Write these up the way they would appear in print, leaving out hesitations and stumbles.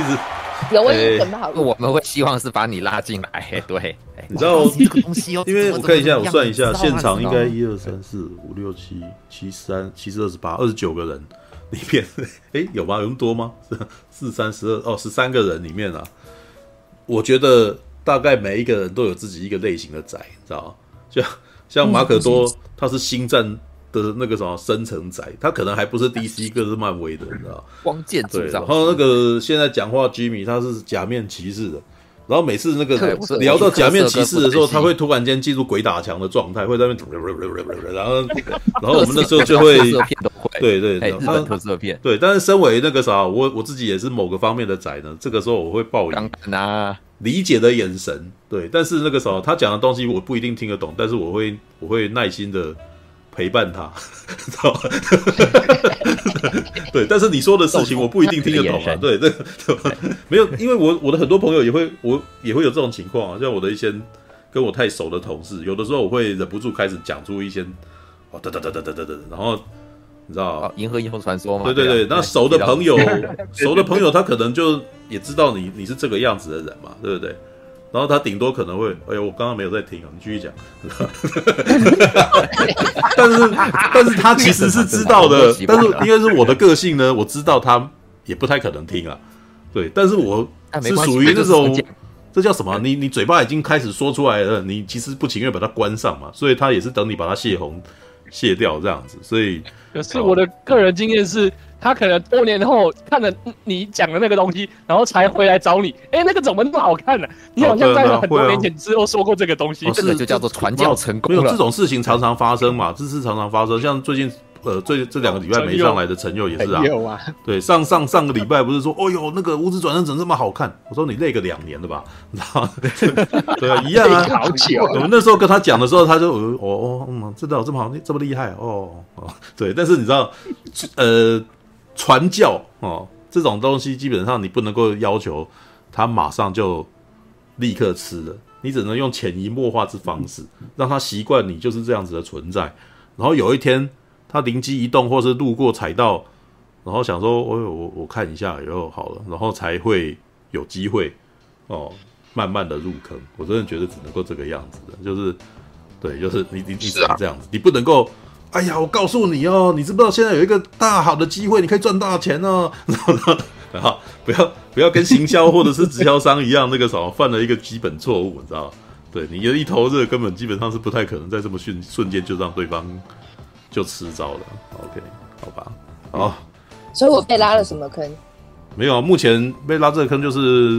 其实有我已经准备好了。 我们会希望是把你拉进来，对。 你知道这个东西哦， 因为我看一下，我算一下， 怎么现场应该1、2、3、4、5、6、7、7、3、7、28、29个人里面，有吗？有那么多吗？4、3、12， 13个人里面啊，我觉得大概每一个人都有自己一个类型的宅，你知道吗？像马可多，他是星战的那个什么深层宅，他可能还不是 DC， 更是漫威的，你知道吗？ 光剑铸造。 然后那个现在讲话 Jimmy 他是假面骑士的。然后每次那个聊到假面骑士的时候，他会突然间进入鬼打墙的状态，会在那边，然后我们那时候就会，对， 日本特色片， 对。但是身为那个啥，我自己也是某个方面的宅呢，这个时候我会抱以理解的眼神，对。但是那个啥，他讲的东西我不一定听得懂，但是我会耐心的陪伴他，知道吗？对，但是你说的事情我不一定听得懂啊。对，没有，因为我的很多朋友也会有这种情况啊，像我的一些跟我太熟的同事，有的时候我会忍不住开始讲出一些然后你知道银河英雄传说嘛？ 对，那熟的朋友他可能就也知道你是这个样子的人嘛，对不对？然后他顶多可能会，我刚刚没有在听啊，你继续讲。但是他其实是知道的，但是应该是我的个性呢，我知道他也不太可能听啊。对，但是我是属于那种，这叫什么？你嘴巴已经开始说出来了，你其实不情愿把它关上嘛，所以他也是等你把它卸掉这样子。所以， 可是我的个人经验是。他可能多年后看了你讲的那个东西，然后才回来找你。那个怎么那么好看呢？你好像在很多年前之后说过这个东西， 这个就叫做传教成功了。 没有这种事情常常发生嘛，这是常常发生。像最近这2个礼拜没上来的陈佑也是啊。对，上个礼拜不是说，那个《无职转生》怎么这么好看？我说你累个2年了吧，你知道吗？对啊，一样啊。 好久。 我们那时候跟他讲的时候，他就知道这么好，这么厉害对，但是你知道，传教这种东西基本上你不能够要求他马上就立刻吃了，你只能用潜移默化之方式让他习惯你就是这样子的存在，然后有一天他灵机一动或是路过踩到，然后想说我看一下以后好了，然后才会有机会慢慢的入坑。我真的觉得只能够这个样子的，就是对，就是你只能这样子，你不能够哎呀，我告诉你哦，你知不知道现在有一个大好的机会，你可以赚大钱哦。然后不要跟行销或者是直销商一样，那个什么犯了一个基本错误，你知道吗？对，你的一头热根本基本上是不太可能在这么瞬间就让对方就吃着了。OK， 好吧，好。 所以我被拉了什么坑？ 没有，目前被拉这个坑就是，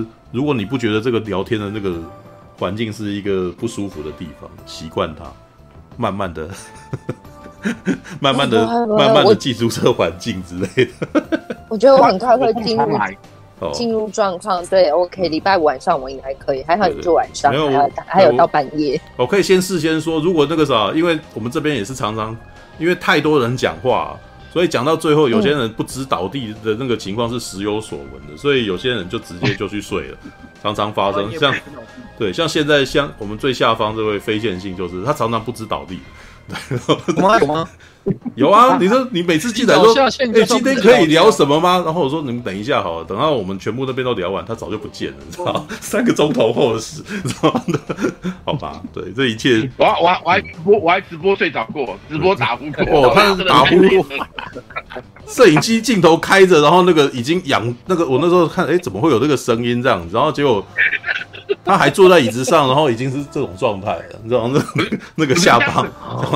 如果你不觉得这个聊天的那个环境是一个不舒服的地方，习惯它，慢慢的。慢慢的记住这个环境之类的。 我觉得我很快会进入状况。对 ，OK， 礼拜五晚上我应该可以，还好你做晚上，还有到半夜。 我可以事先说，如果那个啥，因为我们这边也是常常因为太多人讲话，所以讲到最后，有些人不知倒地的那个情况是时有所闻的，所以有些人就直接就去睡了，常常发生。像现在像我们最下方这位非线性，就是他常常不知倒地。 有吗？ 有啊！你说你每次进来说，今天可以聊什么吗？然后我说你们等一下好了，等到我们全部那边都聊完，他早就不见了，你知道？3个钟头后的事，你知道吗？好吧，对，这一切， 我还直播睡着过，直播打呼过。 他打呼，摄影机镜头开着，然后那个已经那个我那时候看，怎么会有这个声音这样？然后结果他还坐在椅子上，然后已经是这种状态了，你知道吗？那个下巴，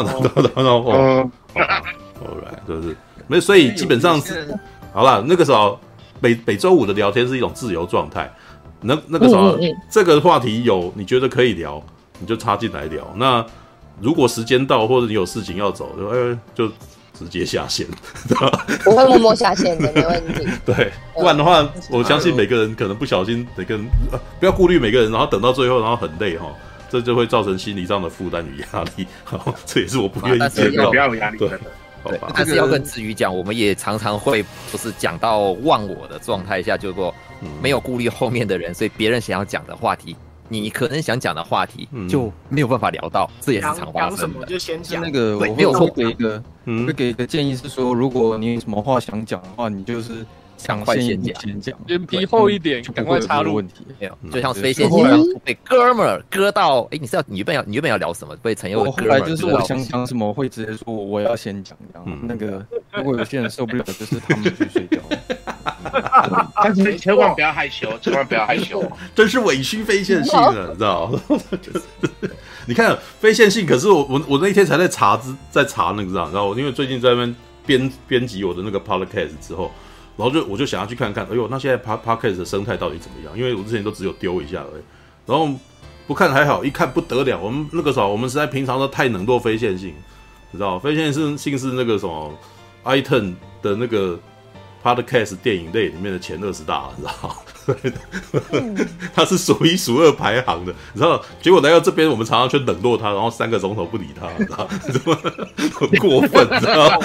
就是没，所以基本上是好啦。那个时候每周五的聊天是一种自由状态。那个时候这个话题有你觉得可以聊，你就插进来聊。那如果时间到或者你有事情要走，就直接下线。 我会默默下线的，没问题。 对，不然的话，我相信每个人可能不小心，不要顾虑每个人，然后等到最后，然后很累哈。这就会造成心理上的负担与压力，这也是我不愿意接受。 不要有压力。 对，好吧。 但是要跟子瑜讲，我们也常常会不是讲到忘我的状态下，就说没有顾虑后面的人，所以别人想要讲的话题，你可能想讲的话题就没有办法聊到，这也是常发生的。 就先讲那个，我会给一个建议是说，如果你有什么话想讲的话，你就是抢快先讲，脸皮厚一点，赶快插入问题。没有，就像飞线被哥们儿割到，你原本要聊什么？被陈佑的哥们儿。 后来就是我想讲什么会直接说我要先讲这样。那个如果有些人受不了，就是他们去睡觉。 但是千万不要害羞，千万不要害羞， 真是委屈非线性了，你知道吗？你看非线性，可是我那一天才在查那个，知道？因为最近在那边编辑我的那个 podcast 之后，然后我就想要去看看，哎呦，那现在 podcast 的生态到底怎么样？因为我之前都只有丢一下而已，然后不看还好，一看不得了。我们那个时候，我们实在平常都太冷落非线性，你知道？非线性是那个什么 iTunes 的那个 podcast 电影类里面的前20大，你知道？他是数1数2排行的，你知道？结果来到这边，我们常常去冷落他，然后3个钟头不理他，你知道？怎么很过分，你知道？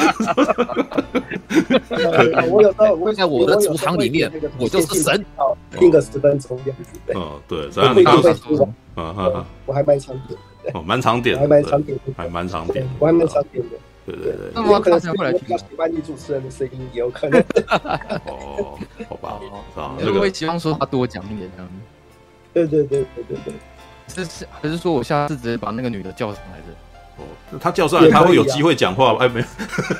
我有时候在我的主场里面，我就是神， 听个10分钟这样子。 对，这样你刚刚说，我还蛮常点的， 蛮常点， 还蛮常点， 还蛮常点， 我还蛮常点的。 对， 那么可能是比较喜欢女主持人的声音，也有可能。 哦，好吧， 那个会希望说他多讲一点这样。 对。 还是说我下次直接把那个女的叫上来的？ 哦，他叫上来，他会有机会讲话吗？哎，没有，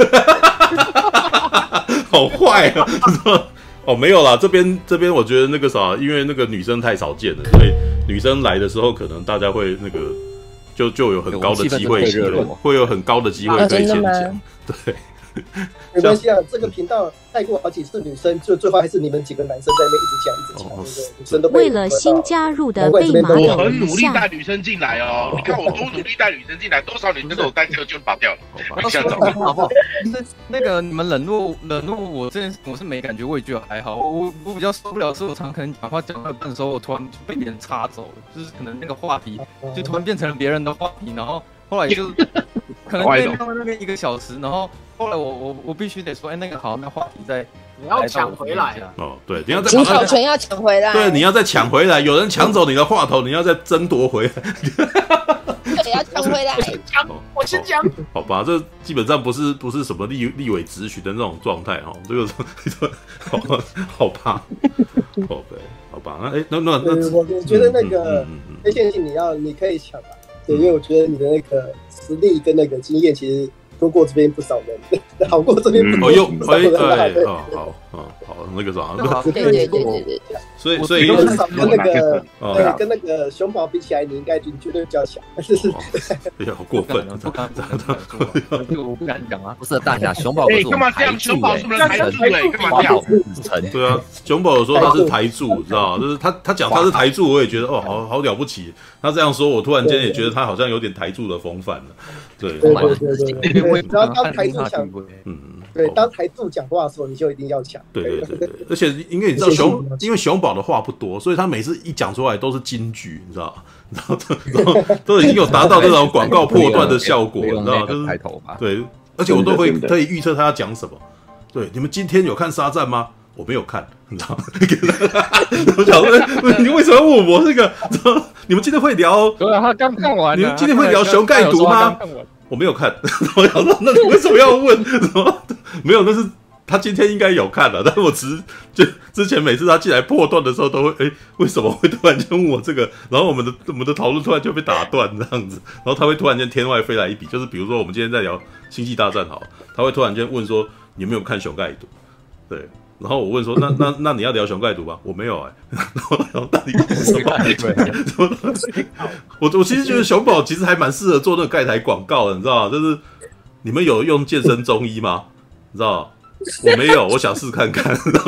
好坏啊！哦，没有啦，这边我觉得那个啥，因为那个女生太少见了，所以女生来的时候，可能大家会那个。就有很高的机会，会有很高的机会可以先讲，对， 没关系啊。这个频道带过好几次女生，就最后还是你们几个男生在那边一直讲，对不对？女生都为了新加入的贝马我很努力带女生进来哦。你看我多努力带女生进来，多少女生都有单车就拔掉了。往下走， 好不好？那个你们冷落我这件事，我是没感觉，我也觉得还好。我比较受不了是，我常可能讲话讲到一半的时候，我突然被别人插走了，就是可能那个话题就突然变成了别人的话题，然后后来就可能被他们那边1个小时，然后后来我必须得说，那个好，那话题再你要抢回来哦，对，你要再主导权要抢回来， 对，你要再抢回来，有人抢走你的话头，你要再争夺回来， 对，要抢回来， 我先讲， 好吧，这基本上不是什么立委质询的那种状态哦，这个好吧，好吧，那我觉得那个非线性你可以抢吧，对，因为我觉得你的那个实力跟那个经验其实。多过这边不少人，好过这边不少人。 对，好，那个啥， 对。 所以跟那个熊宝比起来，你应该绝对比较强。 比较过分， 我不敢讲啊。 不是大侠，熊宝不是干嘛这样？熊宝是不是台柱？干嘛这样？ 对啊，熊宝有说他是台柱，知道吗？就是他讲他是台柱，我也觉得好了不起。他这样说，我突然间也觉得他好像有点台柱的风范了。对。 然后当台柱讲，对，当台柱讲话的时候，你就一定要讲。 对，而且因为你知道因为熊宝的话不多，所以他每次一讲出来都是金句，你知道吗？然后都已经有达到这种广告破断的效果，你知道吗？就是对，而且我都会可以预测他要讲什么。对，你们今天有看沙赞吗？我没有看，你知道吗？我想问你为什么要问我这个？你们今天会聊？ 对啊，他刚看完。 你们今天会聊熊盖毒吗？我没有看，我想说，那你为什么要问？没有，那是他今天应该有看了，但是我就之前每次他进来破断的时候，都会为什么会突然间问我这个？然后我们的讨论突然就被打断这样子，然后他会突然间天外飞来一笔，就是比如说我们今天在聊《星际大战》好，他会突然间问说你有没有看熊盖毒？对。然后我问说，那你要聊熊盖毒吗？我没有然后到底是什么？我其实觉得熊宝其实还蛮适合做那个盖台广告的，你知道吗？就是你们有用健身中医吗？你知道吗？我没有，我想试看看。然后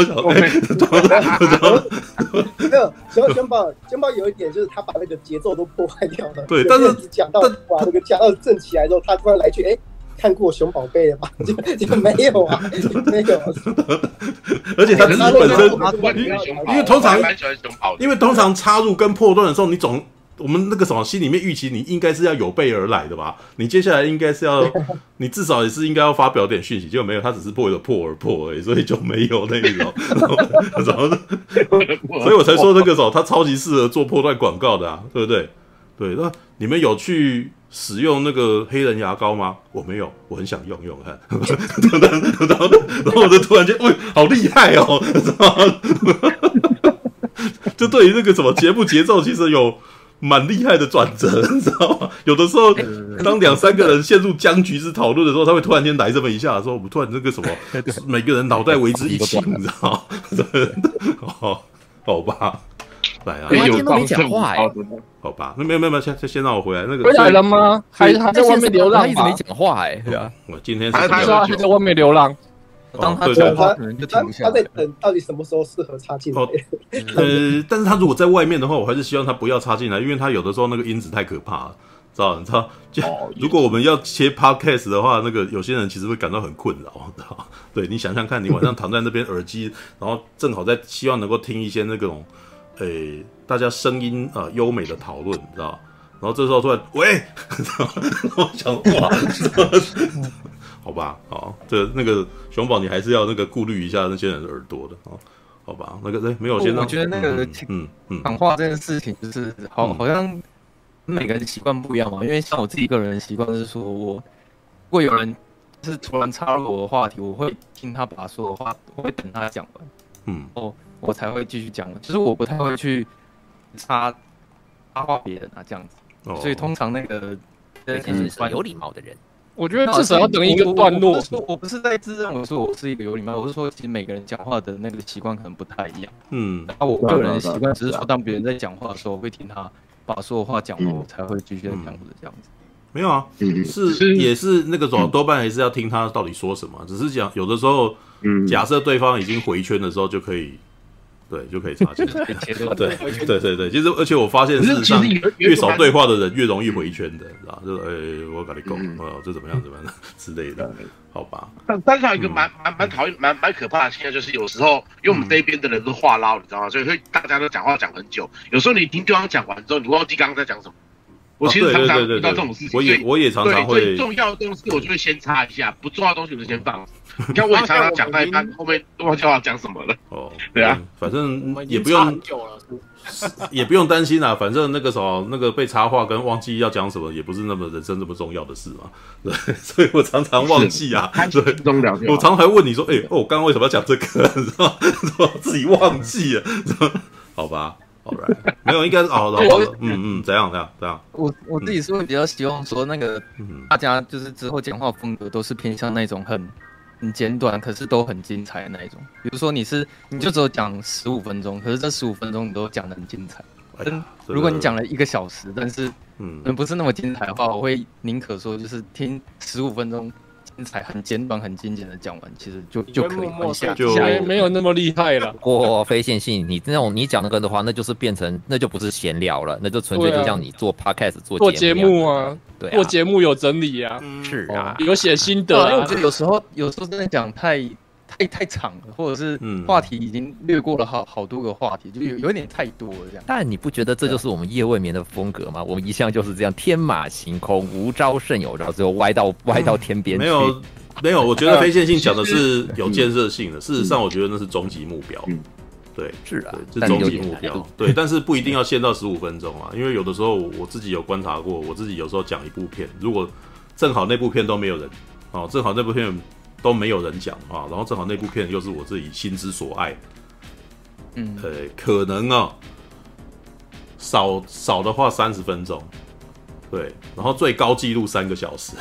没有熊宝有一点就是他把那个节奏都破坏掉了。 对，但是讲到正起来之后，他突然来句看过熊宝贝了吧？就没有啊，没有。 而且他自己本身，因为通常插入跟破断的时候，我们那个什么心里面预期你应该是要有备而来的吧？你接下来应该是要，你至少也是应该要发表点讯息，结果没有，他只是破而破而已，所以就没有那种。所以我才说那个时候他超级适合做破断广告的啊，对不对？对，那你们有去使用那个黑人牙膏吗？我没有，我很想用看。然后我就突然间，喂，好厉害哦！就对于那个什么节目节奏，其实有蛮厉害的转折，你知道吗？有的时候，当2-3个人陷入僵局之讨论的时候，他会突然间来这么一下，说我们突然那个什么，每个人脑袋为之一清，你知道吗？哦，好吧。来啊！ 我今天都没讲话好吧，那没有，先让我回来。那个回来了吗？还在外面流浪？ 他一直没讲话对啊， 我今天他在外面流浪。 当他讲话，可能就停不下来。 他在等到底什么时候适合插进来。 但是他如果在外面的话，我还是希望他不要插进来，因为他有的时候那个音质太可怕了，你知道？就如果我们要切 podcast 的话，那个有些人其实会感到很困扰，知道？对，你想想看，你晚上躺在那边耳机，然后正好在希望能够听一些那种。大家声音优美的讨论，你知道？然后这时候突然喂，然后我想哇，好吧，好，那个熊宝，你还是要那个顾虑一下那些人的耳朵的哦，好吧？那个没有， 我觉得那个讲话这件事情就是好像每个人习惯不一样嘛，因为像我自己个人的习惯是说，如果有人是突然插入我的话题，我会听他把所有话，我会等他讲完，我才会继续讲，就是我不太会去插话别人这样子，所以通常那个有礼貌的人， 我觉得至少要等一个段落。 我不是在自认为说我是一个有礼貌，我是说其实每个人讲话的那个习惯可能不太一样。我个人的习惯只是说，当别人在讲话的时候，我会听他把所有话讲完，我才会继续在讲我的这样子。 没有啊，也是那个多半还是要听他到底说什么，只是讲有的时候，假设对方已经回圈的时候就可以。对，就可以插进来。对，其实而且我发现，事实上越少对话的人越容易回圈的，知道？就是我跟你讲，这怎么样之类的，好吧？ 但是还有一个蛮讨厌、蛮可怕的现象，就是有时候因为我们这边的人都话唠，你知道吗？所以大家都讲话讲很久，有时候你听对方讲完之后，你忘记刚刚在讲什么。我其实常常遇到这种事情， 我也常常会最重要的东西我就会先插一下，不重要的东西我就先放。你看我也常常讲到一半，后面都忘记要讲什么了。对啊， 反正也不用也不用担心啦，反正那个什么那个被插话跟忘记要讲什么，也不是那么人生这么重要的事嘛。对，所以我常常忘记啊。对，我常常还问你说，我刚刚为什么要讲这个？你知道吗？自己忘记了，好吧。没有，应该是怎样？ 我自己是会比较希望说，那个大家就是之后讲话风格都是偏向那种很简短，可是都很精彩的那一种。比如说你就只有讲15分钟，可是这15分钟你都讲得很精彩。如果你讲了1个小时，但是不是那么精彩的话，我会宁可说就是听15分钟。精彩很简短很精简的讲完，其实就可以下就没有那么厉害了。 过非线性，你讲那个的话，那就是变成那就不是闲聊了，那就纯粹就像你做 podcast 做节目啊，对，做节目有整理啊， 是啊， 有写心得啊。 因为我觉得有时候真的讲太长了，或者是话题已经略过了好多个话题，就有点太多了这样。 但你不觉得这就是我们夜未眠的风格吗？我们一向就是这样天马行空，无招胜有招，最后歪到天边去。 没有，我觉得非线性讲的是有建设性的。事实上，我觉得那是终极目标。对， 是啊， 是终极目标。对，但是不一定要限到15分钟啊，因为有的时候我自己有观察过，我自己有时候讲一部片，如果正好那部片都没有人，正好那部片。都没有人讲啊，然后正好那部片又是我自己心之所爱，可能少的话30分钟，对，然后最高纪录3个小时，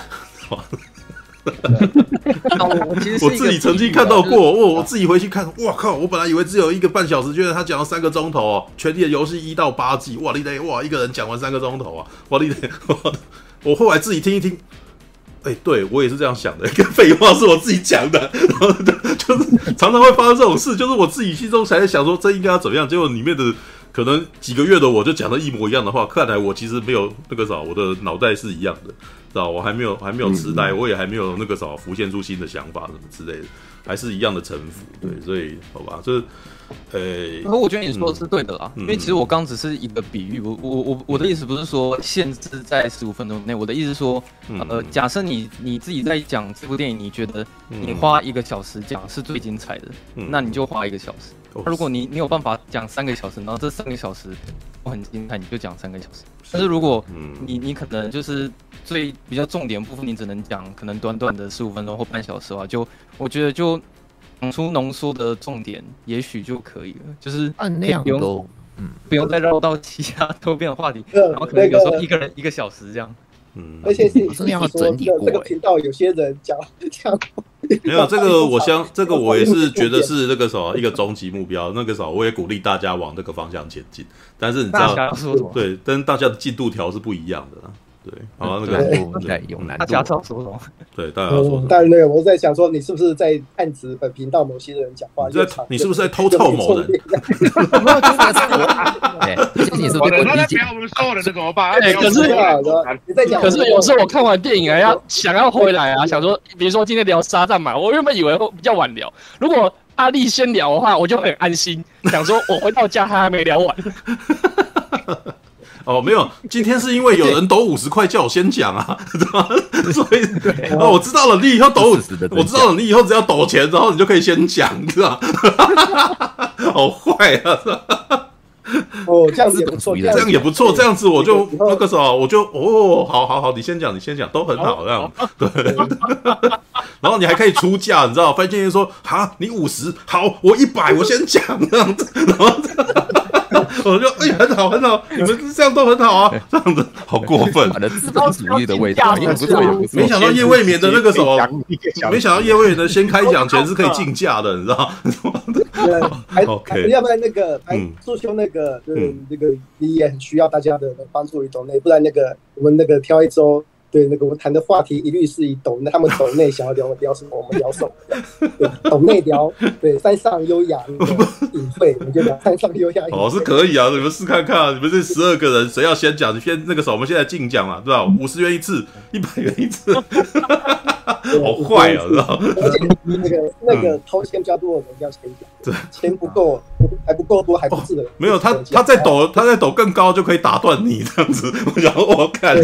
我自己曾经看到过，我自己回去看，哇靠！我本来以为只有1个半小时，觉得他讲了3个钟头哦，《权力的游戏》1到8季，哇你得哇一个人讲完3个钟头啊，哇你得，我后来自己听一听。对我也是这样想的，跟废话是我自己讲的，然后就是常常会发生这种事，就是我自己心中才在想说这应该要怎么样，结果里面的可能几个月的我就讲的一模一样的话，看来我其实没有那个我的脑袋是一样的，知道我还没有痴呆，我也还没有那个浮现出新的想法什么之类的，还是一样的臣服，对，所以好吧，就是我觉得你说的是对的啦，因为其实我刚只是一个比喻，我的意思不是说限制在15分钟内，我的意思是说，假设你自己在讲这部电影，你觉得你花1个小时讲是最精彩的，那你就花1个小时。 如果你有办法讲3个小时，然后这3个小时我很精彩，你就讲3个小时。但是如果你可能就是比较重点部分，你只能讲可能短短的15分钟或半小时的话，我觉得就讲出浓缩的重点，也许就可以了。就是那样都不用再绕到其他周边的话题，然后可能有时候一个人1个小时这样。 而且是这样整理过这个频道有些人讲没有这个这个我也是觉得是那个什么一个终极目标，那个什么我也鼓励大家往这个方向前进，但是你知道，对，但大家的进度条是不一样的啦。对，好，那个有难度。 大家知道说什么？ 对，大家要说什么？ 但那个我在想说，你是不是在暗指本频道某些人讲话？ 你是不是在偷臭某人？ 没有，就是你是不是他在聊我们所有人的怎么办？ 可是有时候我看完电影啊，想要回来啊，想说，比如说今天聊沙赞嘛，我原本以为会比较晚聊，如果阿力先聊的话，我就很安心，想说我回到家他还没聊完。 哦，没有，今天是因为有人抖50块叫我先讲啊，所以我知道了，你以后抖50，我知道了，你以后只要抖钱，然后你就可以先讲，知道吗？好坏啊！ 哦，这样子也不错， 这样也不错，这样子我就那个时候我就好，你先讲，都很好，这样对。然后你还可以出价，你知道，范建业说哈，你50，好，我100，我先讲这样子，然后我就很好，你们这样都很好啊，这样子好过分， 资本主义的味道，也不错。 没想到叶未眠的那个什么，没想到叶未眠的先开讲前是可以竞价的，你知道？OK， 要不然那个助修那个那个你也很需要大家的帮助与抖内，不然那个我们那个挑一周。对，那个我们谈的话题一律是以抖内，他们抖内想要聊什么，我们聊什么。对，抖内聊，对，山上优雅隐晦，我们就聊山上优雅。 是可以啊，你们试看看，你们这12个人谁要先讲？你先那个时候，我们现在竞讲嘛，对吧？50元一次，100元一次，好坏啊，知道？ 而且那个掏钱比较多的人要先讲，对，钱不够，还不够多，还不是的。 没有，他在抖更高就可以打断你这样子，然后我看。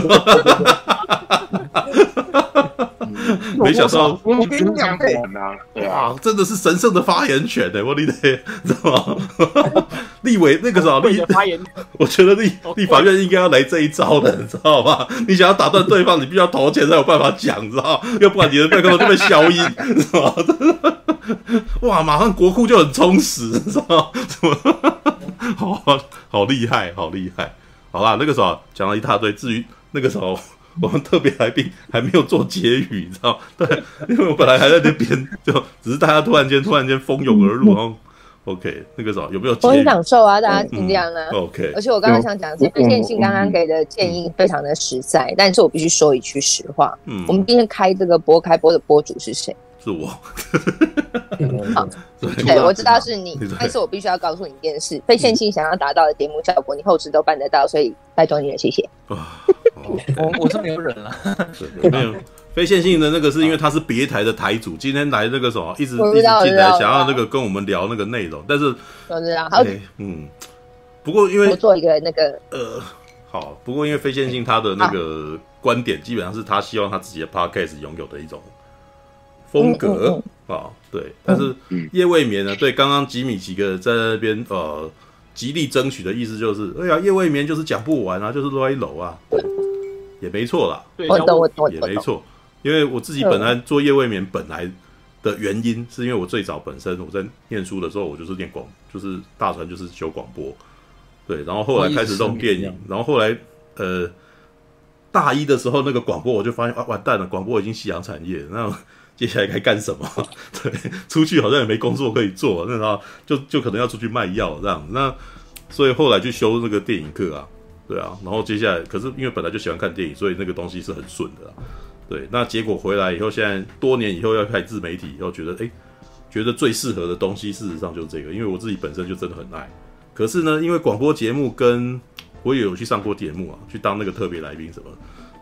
没想到， 我跟你讲，对啊， 真的是神圣的发言权我理解，知道吗？立委那个什么我觉得立法院应该要来这一招的，你知道吗？你想要打断对方，你必须要投钱才有办法讲，知道吗？要不然你的麦克风就被消音，知道吗？哇，马上国库就很充实，知道吗？好厉害，好厉害！好啦，那个时候讲了一大堆，至于那个时候。我们特别来宾还没有做结语，你知道？对，因为我本来还在那边，就只是大家突然间蜂拥而入，然后 OK， 那个时候有没有结语？ 我很享受啊，大家尽量啊。 OK， 而且我刚刚想讲的是，费宪信刚刚给的建议非常的实在，但是我必须说一句实话，我们今天开这个开播的播主是谁？ 是我。 好，对，我知道是你，但是我必须要告诉你一件事：费宪信想要达到的节目效果，你后置都办得到，所以拜托你了，谢谢。 我是没有忍了， 没有。非线性的那个是因为他是别台的台主，今天来那个什么，一直进来想要那个跟我们聊那个内容，但是我知道， 不过因为我做一个那个好，不过因为非线性他的那个观点基本上是他希望他自己的 podcast 拥有的一种风格对，但是叶未眠呢，对，刚刚吉米几个在那边极力争取的意思就是，哎呀，叶未眠就是讲不完啊，就是歪楼啊，也没错啦， 我懂， 也没错。因为我自己本来做叶未眠本来的原因，是因为我最早本身我在念书的时候，我就是就是大传就是修广播，对，然后后来开始弄电影，然后后来大一的时候那个广播我就发现啊，完蛋了，广播已经夕阳产业，那接下来该干什么？对，出去好像也没工作可以做，那然后就可能要出去卖药这样，那所以后来去修那个电影课啊，对啊，然后接下来可是因为本来就喜欢看电影，所以那个东西是很顺的啦。对，那结果回来以后，现在多年以后要开自媒体以后，觉得最适合的东西，事实上就是这个，因为我自己本身就真的很爱。可是呢，因为广播节目跟我也有去上过节目啊，去当那个特别来宾什么，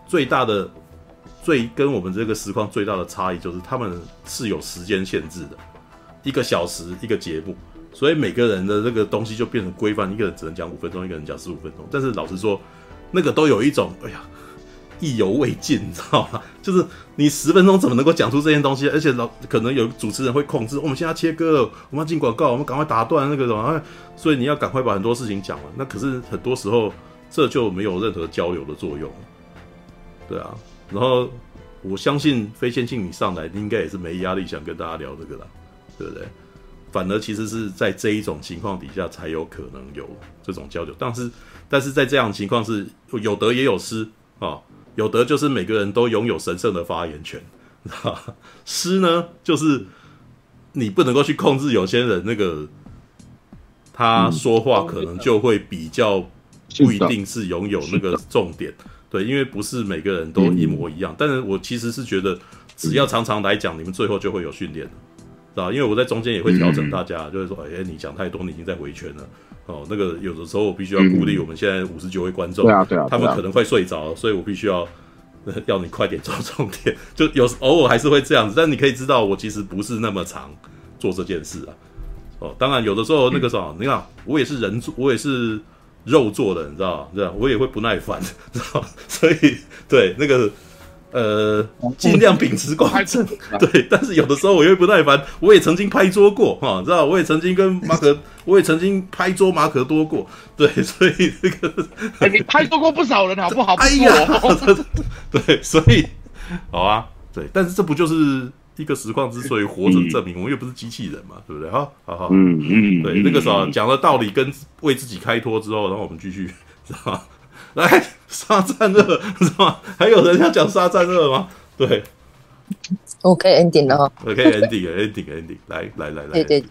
跟我们这个实况最大的差异就是，他们是有时间限制的，1个小时一个节目，所以每个人的这个东西就变成规范，一个人只能讲5分钟，一个人讲15分钟。但是老实说，那个都有一种，哎呀。 意犹未尽，你知道吗？就是你10分钟怎么能够讲出这些东西？而且可能有主持人会控制，我们现在要切歌了，我们要进广告，我们赶快打断那个什么，所以你要赶快把很多事情讲完。那可是很多时候这就没有任何交流的作用，对啊。然后我相信非线性你上来，你应该也是没压力想跟大家聊这个啦，对不对？反而其实是在这一种情况底下才有可能有这种交流，但是在这样的情况是有得也有失啊，有得就是每个人都拥有神圣的发言权，失呢就是你不能够去控制有些人那个他说话可能就会比较不一定是拥有那个重点，对，因为不是每个人都一模一样，但是我其实是觉得只要常常来讲，你们最后就会有训练了。是吧？因为我在中间也会调整大家，就是说，你讲太多，你已经在回圈了。哦，那个有的时候我必须要顾虑我们现在59位观众，他们可能快睡着了，所以我必须要你快点抓重点。就偶尔还是会这样子，但你可以知道，我其实不是那么常做这件事啊。哦，当然有的时候那个啥，你看我也是人做，我也是肉做的，你知道吗？我也会不耐烦，知道吗？所以对那个。尽量秉持公正，对，但是有的时候我又不耐烦，我也曾经拍桌过哈，知道？我也曾经跟马可，我也曾经拍桌马可多过，对，所以这个， 你拍桌过不少人，好不好？ 哎呀，对，所以好啊，对，但是这不就是一个实况之所以活着证明，我们又不是机器人嘛，对不对？好，对，那个时候讲了道理跟为自己开脱之后，然后我们继续，知道吗？来沙赞2是吗？还有人要讲沙赞2吗？对， 我可以 ending 了哈。 可以 ending， 来， 对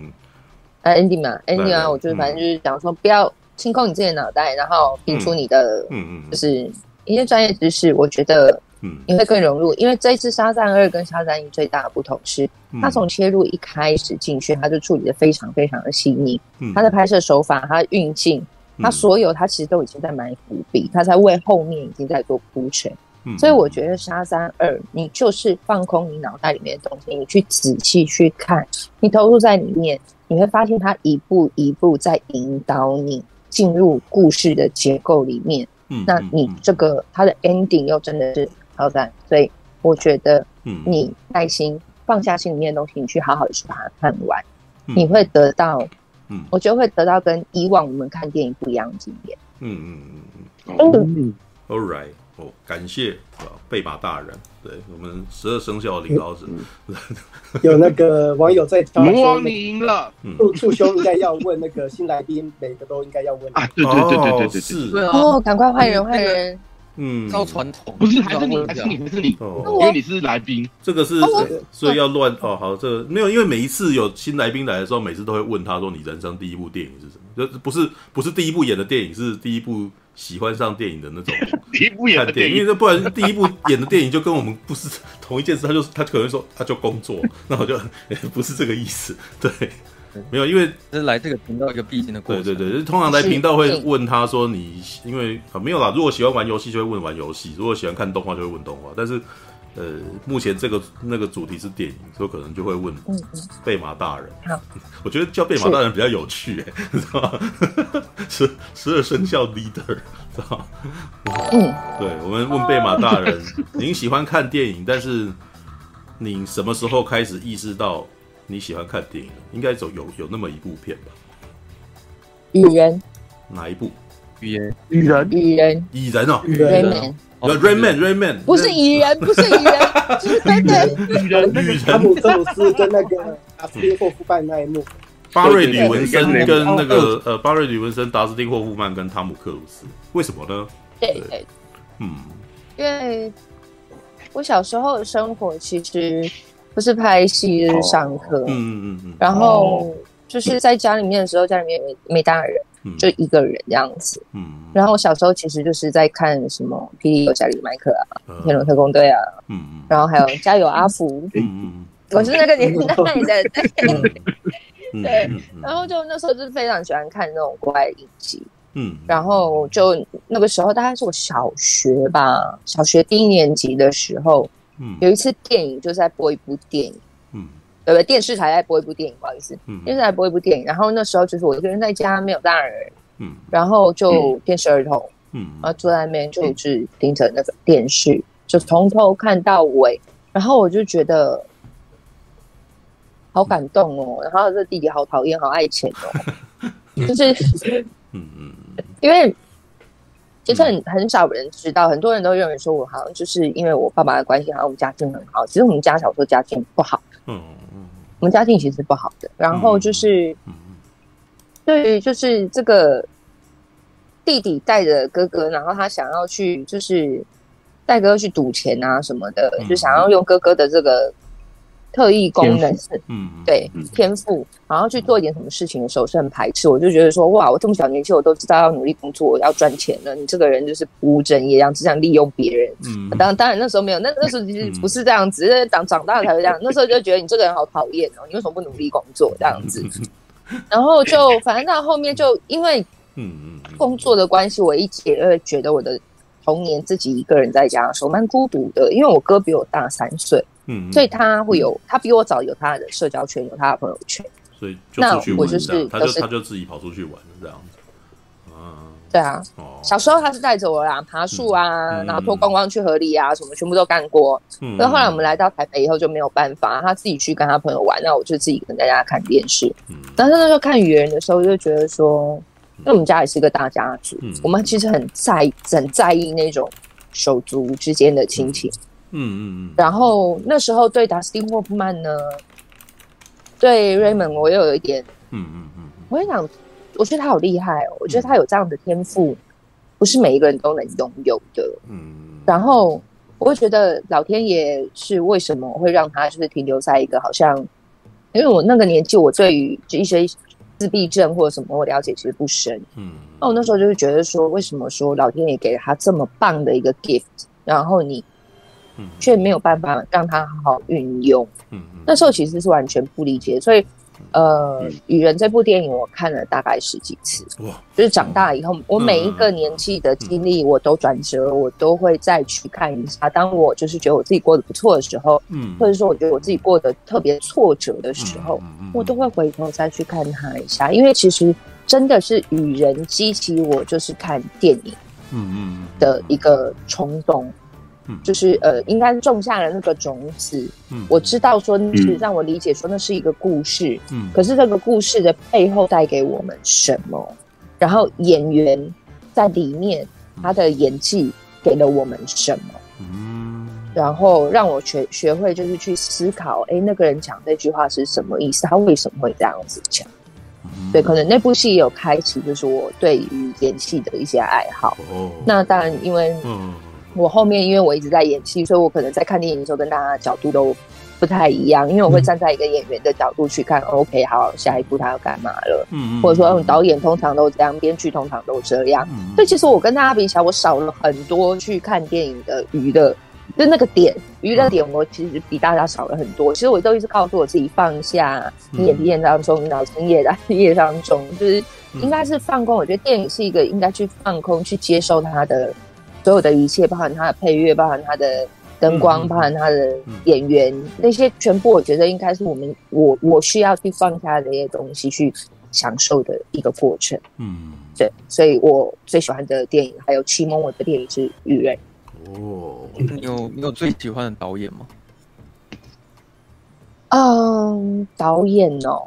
，ending 嘛，ending 啊，我就是反正就是讲说，不要清空你自己的脑袋，然后摒除你的，就是一些专业知识，我觉得，你会更融入。因为这一次沙赞2跟沙赞1最大的不同是，他从切入一开始进去，他就处理的非常非常的细腻，他的拍摄手法，他的运镜。他所有他其实都已经在埋伏笔，他在为后面已经在做铺陈，所以我觉得沙赞2你就是放空你脑袋里面的东西，你去仔细去看，你投入在里面，你会发现他一步一步在引导你进入故事的结构里面，那你这个他的 ending 又真的是超赞，所以我觉得你耐心放下心里面的东西，你去好好的去把它看完，你会得到我觉得会得到跟以往我们看电影不一样的经验。 All right， 感谢贝马大人，对我们12生肖领导者。 有那个网友在魔王你赢了。 促兄应该要问那个新来宾，每个都应该要问啊。对， 是哦，赶快换人。 照传统， 不是还是你，因为你是来宾， 这个是所以要乱好，这个没有，因为每一次有新来宾来的时候，每次都会问他说你人生第一部电影是什么？就不是第一部演的电影，是第一部喜欢上电影的那种第一部演的电影， 因为不然第一部演的电影就跟我们不是同一件事，他可能会说他就工作，那我就不是这个意思，对。没有，因为是来这个频道一个必经的过程。 对，通常来频道会问他说你，因为没有啦，如果喜欢玩游戏就会问玩游戏，如果喜欢看动画就会问动画，但是目前那个主题是电影，所以可能就会问贝马大人。我觉得叫贝马大人比较有趣，知道吗？12生肖 leader， 知道吗？对，我们问贝马大人，您喜欢看电影，但是你什么时候开始意识到？你喜欢看电影，应该有那么一部片吧？ 蚁人哪一部？ 蚁人哦， Rain Man， 不是蚁人，不是蚁人，是 Rain Man。 汤姆克鲁斯跟那个达斯汀霍夫曼那一幕， 巴瑞吕文森跟那个巴瑞吕文森、达斯汀霍夫曼跟汤姆克鲁斯，为什么呢？ 对，因为我小时候的生活其实。不是拍戏就是上课，然后就是在家里面的时候，家里面没大人，就一个人这样子，然后我小时候其实就是在看什么《霹雳游侠》里麦克啊，《天龙特工队》啊，然后还有《加油阿福》，我是那个年代的，对，然后就那时候就非常喜欢看那种国外影集，然后就那个时候大概是我小学吧，小学1年级的时候。有一次电影就是在播一部电影，对不对？电视台在播一部电影，不好意思，电视台播一部电影，然后那时候就是我一个人在家，没有大人，然后就电视儿童， 然后坐在那边就是盯着那个电视，就从头看到尾，然后我就觉得好感动哦，然后这弟弟好讨厌，好爱钱哦，就是因为其实很少人知道，很多人都认为说我好像就是因为我爸爸的关系，好像我们家境很好，其实我们家小时候家境不好，我们家境其实不好的，然后就是对于就是这个弟弟带着哥哥，然后他想要去就是带哥哥去赌钱啊什么的，就想要用哥哥的这个特异功能对天赋，然后去做一点什么事情的时候是很排斥。我就觉得说，哇，我这么小年纪我都知道要努力工作，要赚钱了，你这个人就是不务正业，这样只想利用别人。当然那时候没有，那时候其实不是这样子，长大了才会这样。那时候就觉得你这个人好讨厌哦，你为什么不努力工作这样子？然后就反正到后面就因为工作的关系，我一直也会觉得我的童年自己一个人在家的时候蛮孤独的，因为我哥比我大3岁。所以他比我早有他的社交圈，有他的朋友圈， 所以就出去玩，那我就是他就自己跑出去玩这样子。 对啊，小时候他是带着我啦，爬树啊，然后脱光光去河里啊，什么全部都干过。所以后来我们来到台北以后就没有办法，他自己去跟他朋友玩，那我就自己跟大家看电视。但是那时候看语言的时候，就觉得说，因为我们家也是一个大家族，我们其实很在意那种手足之间的亲情。然后那时候对达斯汀霍夫曼呢，对 Raymond 我又有一点，我跟你讲，我觉得他好厉害哦，我觉得他有这样的天赋，不是每一个人都能拥有的。然后我会觉得老天爷是为什么会让他就是停留在一个好像，因为我那个年纪，我对于一些自闭症或者什么我了解其实不深。那我那时候就是觉得说，为什么说老天爷给了他这么棒的一个 gift， 然后你却没有办法让他好好运用。那时候其实是完全不理解，所以雨人这部电影我看了大概10几次，就是长大以后，我每一个年纪的经历我都转折，我都会再去看一下。当我就是觉得我自己过得不错的时候，或者说我觉得我自己过得特别挫折的时候，我都会回头再去看他一下，因为其实真的是雨人激起我就是看电影的一个冲动。就是应该种下了那个种子。我知道说是让我理解说那是一个故事，可是这个故事的背后带给我们什么？然后演员在里面他的演技给了我们什么？然后让我学会就是去思考，那个人讲这句话是什么意思？他为什么会这样子讲？对，可能那部戏也有开启就是我对于演戏的一些爱好。那当然因为我后面因为我一直在演戏，所以我可能在看电影的时候跟大家的角度都不太一样，因为我会站在一个演员的角度去看，OK， 好，下一步他要干嘛了，或者说导演通常都这样，编剧通常都这样，所以其实我跟大家比起来，我少了很多去看电影的娱乐，就那个点娱乐点，我其实比大家少了很多。其实我都一直告诉我自己放下，你演电影当中，脑筋也在夜当中，就是应该是放空。我觉得电影是一个应该去放空，去接受它的所有的一切，包含它的配乐，包含它的灯光，包含它的演员，那些全部我觉得应该是我需要去放下的一些东西，去享受的一个过程。对，所以我最喜欢的电影，还有启蒙我的电影是《雨人》。 你有最喜欢的导演吗？ 导演哦，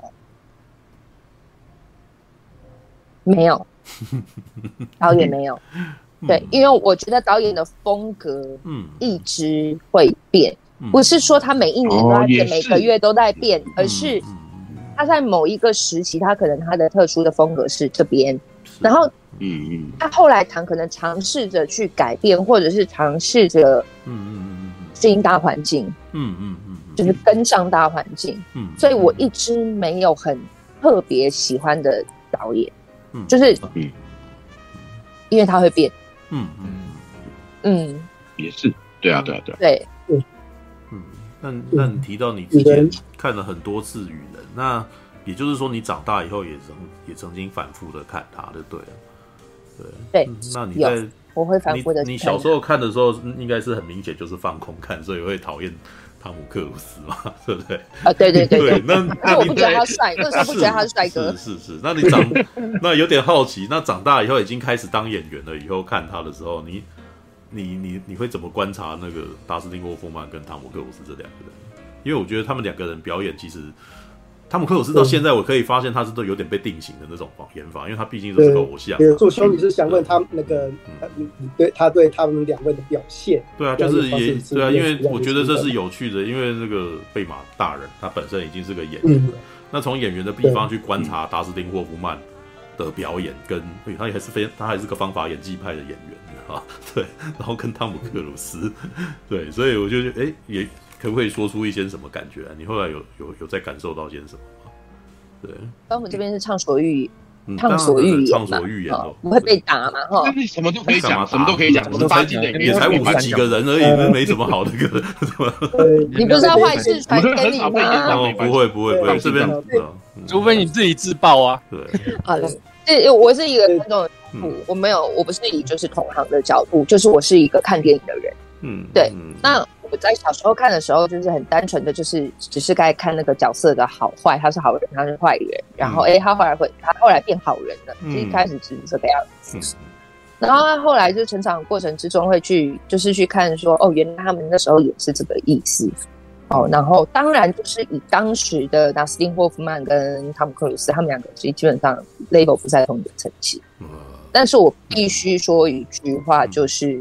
没有，导演没有。对，因为我觉得导演的风格一直会变，不是说他每一年都在变，每个月都在变，而是他在某一个时期，他可能他的特殊的风格是这边，然后他后来可能尝试着去改变，或者是尝试着适应大环境，就是跟上大环境，所以我一直没有很特别喜欢的导演，就是因为他会变。 也是，对啊。 对， 那你提到你之前看了很多次《雨人》，那也就是说你长大以后也曾经反复的看它，就对了。 对， 那你在我会反复的。 你小时候看的时候，应该是很明显就是放空看，所以会讨厌汤姆克鲁斯嘛，对不对？ 对。 那我不觉得他帅，那时候不觉得他是帅哥。 是。那你那有点好奇，那长大以后已经开始当演员了，以后看他的时候，你会怎么观察那个达斯汀·霍夫曼跟汤姆克鲁斯这两个人？因为我觉得他们两个人表演其实。汤姆克鲁斯到现在，我可以发现他是都有点被定型的那种演法，因为他毕竟都是个偶像。 做兄弟是想问他那个，你对他们两位的表现？ 对啊，就是对啊，因为我觉得这是有趣的，因为那个贝马大人他本身已经是个演员了，那从演员的地方去观察达斯汀·霍夫曼的表演，跟他还是个方法演技派的演员啊，对，然后跟汤姆克鲁斯，对，所以我就觉得也。可不可以说出一些什么感觉你后来有在感受到些什么吗？对， 我们这边是畅所欲言不会被打嘛哈。 那你什么都可以讲，什么都可以讲。我们8集也才50几个人而已，那没什么好那个。 你不是要坏事传给你吗？ 不会，这边除非你自己自爆啊。 对，我是一个观众，我不是以就是同行的角度，就是我是一个看电影的人。对，那。我在小时候看的时候，就是很单纯的，就是只是该看那个角色的好坏，他是好人，他是坏人，然后他后来变好人了，一开始只是这个样子，然后他后来就成长过程之中会去看说，原来他们那时候也是这个意思，然后当然就是以当时的达斯汀·霍夫曼跟汤姆·克鲁斯他们两个基本上 level 不在同一个层级，但是我必须说一句话，就是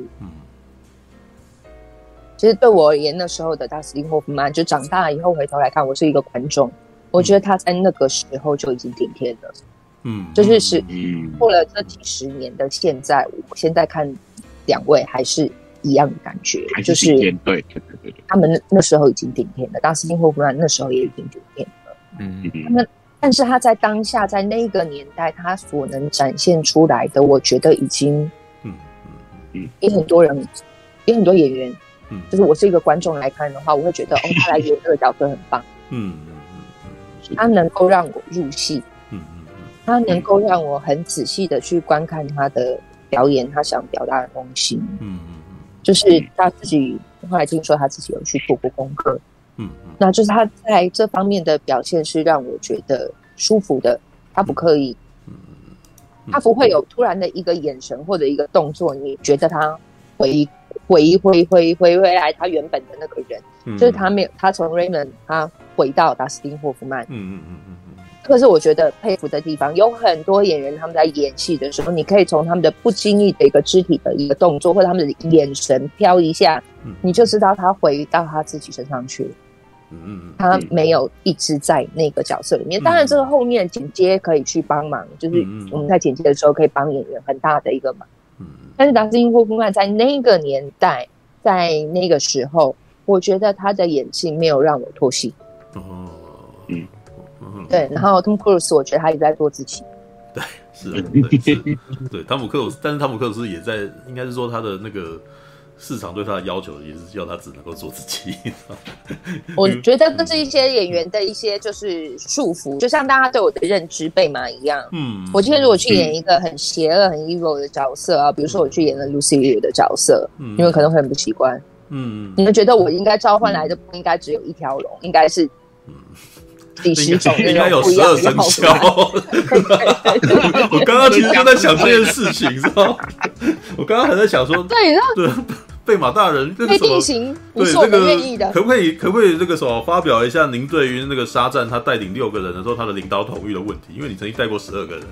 其实对我而言，那时候的达斯汀·霍夫曼就长大了以后回头来看，我是一个观众，我觉得他在那个时候就已经顶天了。就是过了这几十年的现在，我现在看两位还是一样的感觉，就是对， 他们那时候已经顶天了，达斯汀·霍夫曼那时候也已经顶天了。但是他在当下，在那个年代，他所能展现出来的，我觉得已经比很多演员。就是我是一个观众来看的话，我会觉得他来演这个角色很棒。他能够让我入戏，他能够让我很仔细的去观看他的表演，他想表达的东西。就是他自己后来听说他自己有去做过功课。那就是他在这方面的表现是让我觉得舒服的，他不刻意，他不会有突然的一个眼神或者一个动作，你觉得他回来他原本的那个人，就是他从 Raymond 他回到达斯汀·霍夫曼，这个是我觉得佩服的地方。有很多演员他们在演戏的时候，你可以从他们的不经意的一个肢体的一个动作，或者他们的眼神飘一下，你就知道他回到他自己身上去了。他没有一直在那个角色里面。当然，这个后面剪接可以去帮忙，就是我们在剪接的时候可以帮演员很大的一个忙。但是达斯汀·霍夫曼在那个年代，在那个时候，我觉得他的演技没有让我脱戏。对，然后汤姆·克鲁斯，我觉得他也在做自己。 对，是，对，汤姆·克鲁斯，但是汤姆·克鲁斯也在，应该是说他的那个市场对他的要求也是要他只能够做自己。 我觉得这是一些演员的一些就是束缚，就像大家对我的认知贝玛一样。我今天如果去演一个很邪恶、很 evil 的角色啊，比如说我去演了 Lucy Liu 的角色，你们可能会很不习惯。你们觉得我应该召唤来的不应该只有一条龙，应该是几十种那种不一样的生肖。我刚刚其实就在想这件事情，知道？我刚刚还在想说，对。贝马大人， 被定型，你是我们愿意的。 可不可以那个什么发表一下您对于那个沙赞他带领6个人的时候他的领导统御的问题？因为你曾经带过12个人，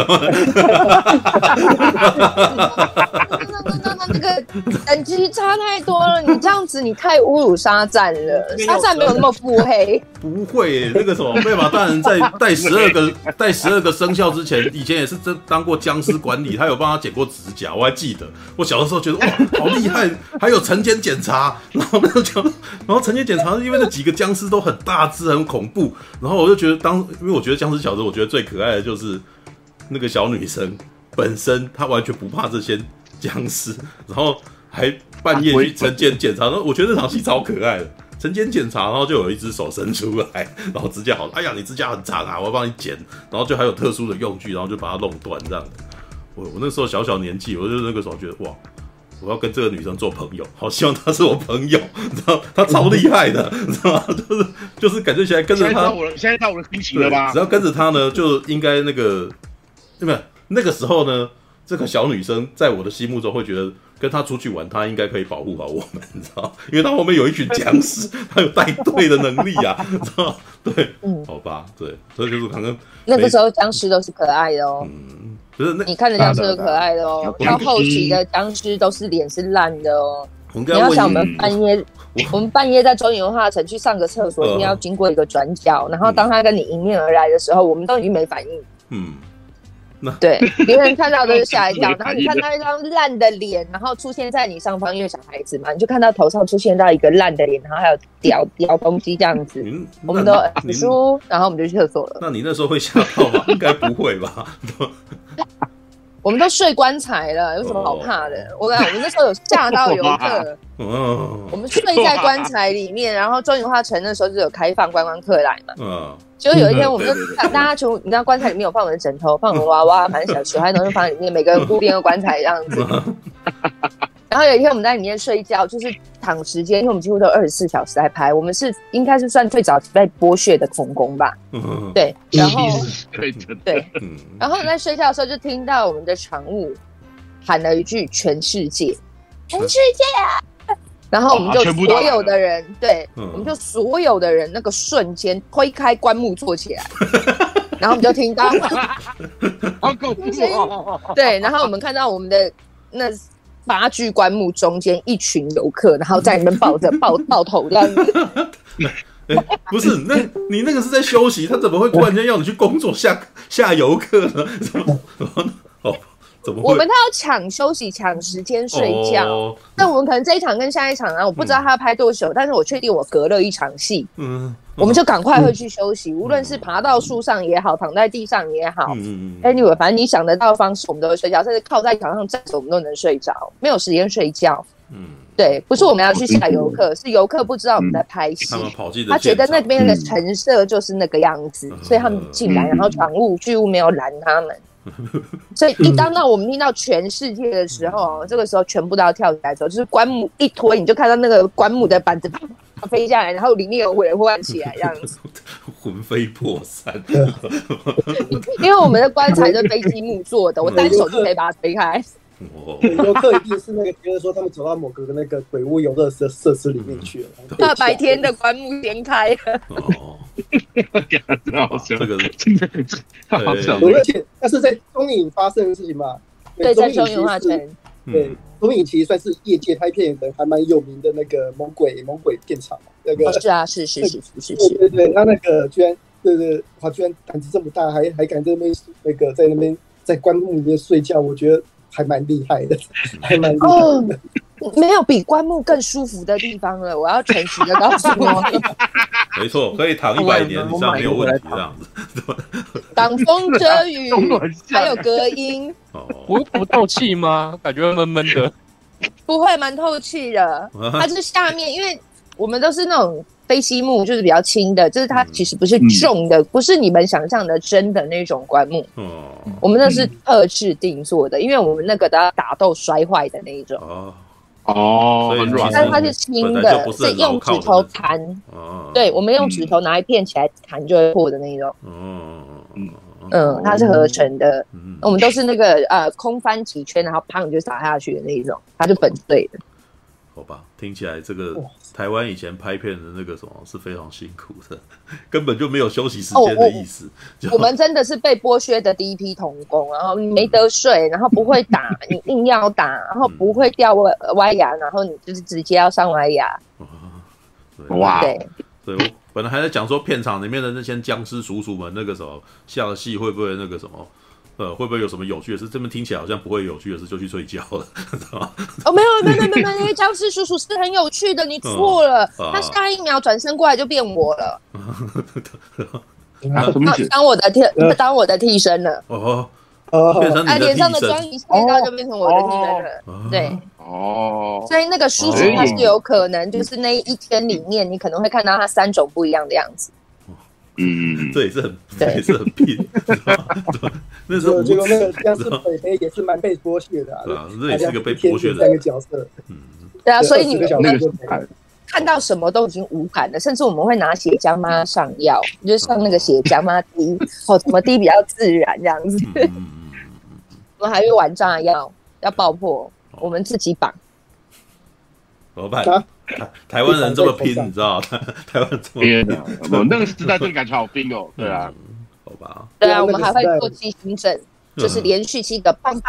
那个等级差太多了，你这样子你太侮辱沙赞了。沙赞没有那么腹黑。 不会，那个什么贝马大人在带12个生肖之前，以前也是当过僵尸管理，他有帮他剪过指甲，我还记得。我小的时候觉得哇，好厉害。还有晨间检查，然后晨间检查，因为那几个僵尸都很大只、很恐怖，然后我就觉得因为我觉得僵尸小子，我觉得最可爱的就是那个小女生本身，她完全不怕这些僵尸，然后还半夜去晨间检查，然后我觉得那场戏超可爱的。晨间检查，然后就有一只手伸出来，然后指甲好，哎呀，你指甲很长啊，我要帮你剪，然后就还有特殊的用具，然后就把它弄断这样。我那时候小年纪，我就那个时候觉得哇。 我要跟这个女生做朋友，好希望她是我朋友，你知道，她超厉害的，你知道吗？就是感觉起来跟着她， 现在到我的心情了吧？ 只要跟着她呢，就应该那个，对吧？那个时候呢，这个小女生在我的心目中会觉得。跟他出去玩，他应该可以保护好我们，你知道？因为他后面有一群僵尸，他有带队的能力啊，你知道？对，好吧，对，所以就是刚刚那个时候僵尸都是可爱的哦， 不是你看的僵尸都可爱的哦，到后期的僵尸都是脸是烂的哦。你要想我们半夜在中原文化城去上个厕所，一定要经过一个转角，然后当他跟你迎面而来的时候，我们都已经没反应。对，别人看到都是吓一跳，然后你看到一张烂的脸，然后出现在你上方，因为小孩子嘛，你就看到头上出现到一个烂的脸，然后还有屌东西这样子，我们都输，然后我们就去厕所了。 那你那时候会吓到吗？应该不会吧？ 我们都睡棺材了，有什么好怕的？我们那时候有吓到游客，我们睡在棺材里面，然后中原文化城那时候就有开放观光客来嘛，就有一天我们就大家你知道棺材里面有放我的枕头，放我的娃娃，反正小孩东西放在里面，每个人固定的棺材这样子。然后有一天我们在里面睡觉，就是躺时间，因为我们几乎都有24小时来拍，我们应该是算最早被剥削的童工吧。对，然后对，然后在睡觉的时候就听到我们的常务喊了一句“全世界，全世界啊！”然后我们就所有的人，对，我们就所有的人那个瞬间推开棺木坐起来，然后我们就听到， 好恐怖！ 对，然后我们看到我们的那8具棺木中间一群游客，然后在里面抱头这样子。 不是，你那个是在休息，他怎么会突然间要你去工作下游客呢？怎么会？ 我们他要抢休息、抢时间睡觉。那我们可能这一场跟下一场啊，我不知道他要拍多久，但是我确定我隔了一场戏。我们就赶快会去休息，无论是爬到树上也好，躺在地上也好，anyway， 反正你想得到的方式，我们都会睡觉，甚至靠在墙上站着，我们都能睡着，没有时间睡觉。对，不是我们要去吓游客，是游客不知道我们在拍戏，他觉得那边的陈设就是那个样子，所以他们进来，然后剧务没有拦他们。所以一当到我们听到全世界的时候，这个时候全部都要跳起来走，就是棺木一推，你就看到那个棺木的板子飞下来，然后里面有人换起来这样子， 魂飞魄散。 因为我们的棺材是飞机木做的，我单手就可以把它推开。 游客一定是那个觉得说他们走到某个那个鬼屋游乐设施里面去了， 大白天的棺木掀开了。 这个好笑，而且那是在中影发生的事情嘛？ 对，在中影文化城。 对，中影其实算是业界拍片人还蛮有名的那个猛鬼片场那个。 是啊，是。 对，他那个居然他居然胆子这么大，还敢在那边在那边在棺木里面睡觉，我觉得。还蛮厉害的，还蛮厉害的。 没有比棺木更舒服的地方了。我要诚实的告诉你， 没错，可以躺100年以上没有问题，这样子。 挡风遮雨，还有隔音。 不透气吗？感觉闷闷的。 不会，蛮透气的。它是下面，因为我们都是那种飞机木，就是比较轻的，就是它其实不是重的，不是你们想象的真的那种棺木。我们那是特制定做的，因为我们那个都要打斗摔坏的那一种。 很软， 但是它是轻的，是用指头弹。对，我们用指头拿一片起来弹就会破的那一种。它是合成的。我们都是那个空翻几圈，然后砰就撒下去的那一种，它就本对的。 好吧，听起来这个台湾以前拍片的那个什么是非常辛苦的，根本就没有休息时间的意思。 我们真的是被剥削的第一批童工，然后没得睡，然后不会打，你硬要打，然后不会掉歪牙，然后你就是直接要上歪牙。 哇！ 对，我本来还在讲说片场里面的那些僵尸叔叔们那个什么下了戏会不会那个什么。会不会有什么有趣的事？这边听起来好像不会有趣的事，就去睡觉了，知道吗？ 没有，那些僵尸叔叔是很有趣的，你错了。他下一秒转身过来就变我了，当我的替身了。 变成你的替身。 脸上的妆一卸掉就变成我的替身了。对，所以那个叔叔他是有可能就是那一天里面，你可能会看到他3种不一样的样子。 这也是很拼，那时候结果那个像是北北也是蛮被剥削的啊， 这也是个被剥削的三个角色， 对啊，所以你们看到什么都已经无感了，甚至我们会拿血浆妈上药，就是上那个血浆妈滴，怎么滴比较自然这样子。我们还会玩炸药，要爆破，我们自己绑。 怎么办？台湾人这么拼，你知道？台湾这么拼， 那个时代真的感觉好拼哦。对啊， 好吧。 对啊，我们还会做7星阵，就是连续7个，棒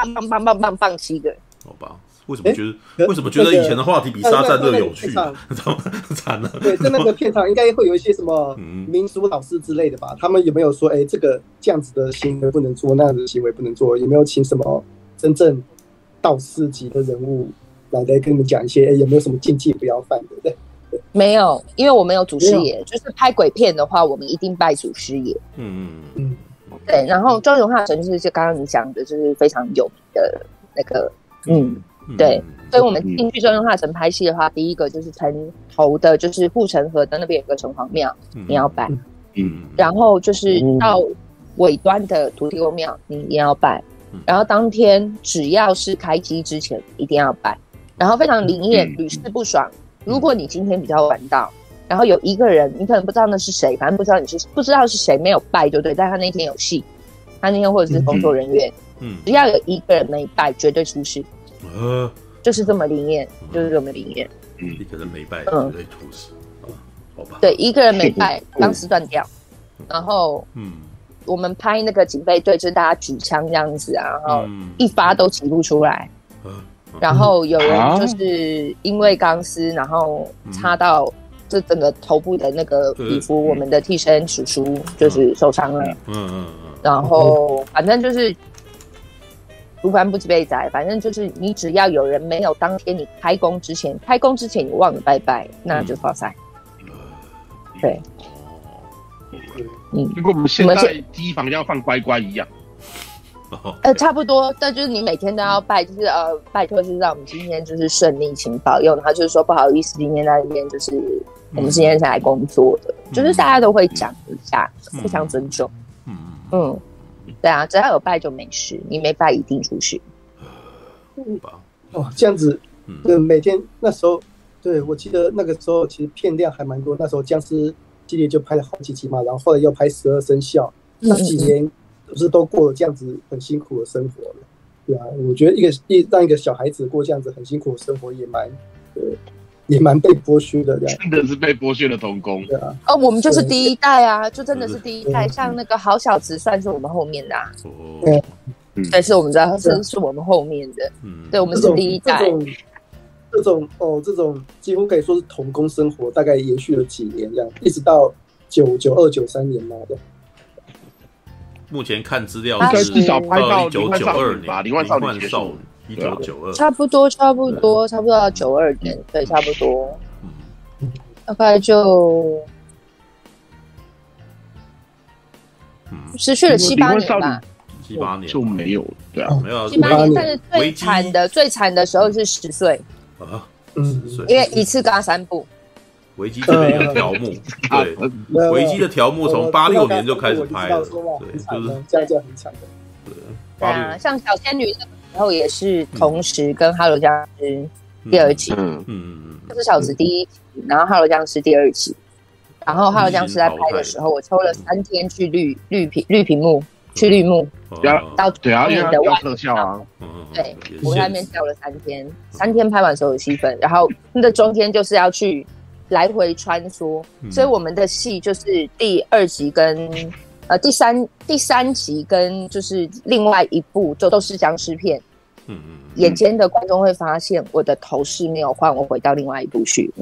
7个。 好吧。为什么觉得以前的话题比沙战略有趣？惨了。 对，在那个片场应该会有一些什么民俗老师之类的吧？他们有没有说，这个这样子的行为不能做，那样子的行为不能做？有没有请什么真正道士级的人物来跟你们讲一些，有没有什么禁忌不要犯的？ 没有，因为我们有祖师爷，就是拍鬼片的话，我们一定拜祖师爷。对，然后周永化神就是刚刚你讲的，就是非常有名的那个，对，所以我们进去周永化城拍戏的话，第一个就是城头的，就是护城河的那边有个城隍庙，你要拜。然后就是到尾端的土地公庙，你一定要拜。然后当天只要是开机之前一定要拜。然后非常灵验，屡试不爽。如果你今天比较晚到，然后有一个人你可能不知道那是谁，反正不知道是谁没有拜就对，但他那天有戏，他那天或者是工作人员，只要有一个人没拜，绝对出事。就是这么灵验，就是这么灵验。 一个人没拜，绝对出事。好吧。 对，一个人没拜，钢丝断掉。然后，我们拍那个警备队，就是大家举枪这样子啊，然后一发都挤不出来。然后有人就是因为钢丝，然后插到这整个头部的那个皮肤，我们的替身叔叔就是受伤了。然后反正就是。如凡不知被宰，反正就是你只要有人没有当天你开工之前你忘了拜拜，那就发财。对， 跟我们现在机房要放乖乖一样。 差不多，但就是你每天都要拜，就是拜托，就是让我们今天就是顺利，请保佑。然后就是说不好意思，今天在那边就是我们今天是来工作的，就是大家都会讲一下，互相尊重。对啊，只要有拜就没事，你没拜一定出事。 这样子，每天那时候，对我记得那个时候其实片量还蛮多，那时候僵尸系列就拍了好几集嘛，然后后来又拍12生肖，那几年不是都过了这样子很辛苦的生活了？对啊，我觉得让一个小孩子过这样子很辛苦的生活也蛮被剥削的， 真的是被剥削的童工。 对啊， 我们就是第一代啊，就真的是第一代。像那个好小子算是我们后面的啊，对，是我们是我们后面的，对，我们是第一代。 这种几乎可以说是童工生活，大概延续了几年，这样一直到92、93年嘛的。 目前看资料是至少拍到 1992年吧，灵幻少女 1992， 差不多到92年，对，差不多，大概就持续了7、8年吧。 7、8年就没有了，对啊， 没有 7、8年，但是最惨的时候是10岁啊，10岁，因为一次嘎3部。 维基这边有条目，对，维基的条目从86年就开始拍了，对，就是这样很惨的。 对啊，像小仙女那个时候也是同时跟哈罗僵尸第2集，就是小子第1集，然后哈罗僵尸第2集，然后哈罗僵尸在拍的时候，我抽了3天去绿屏幕，去绿幕，到对啊，因为要特效啊， 对，我在那边跳了3天，3天拍完所有戏份，然后那中间就是要去来回穿梭，所以我们的戏就是第2集跟第三集跟就是另外一部就都是僵尸片。眼尖的观众会发现我的头饰没有换，我回到另外一部去。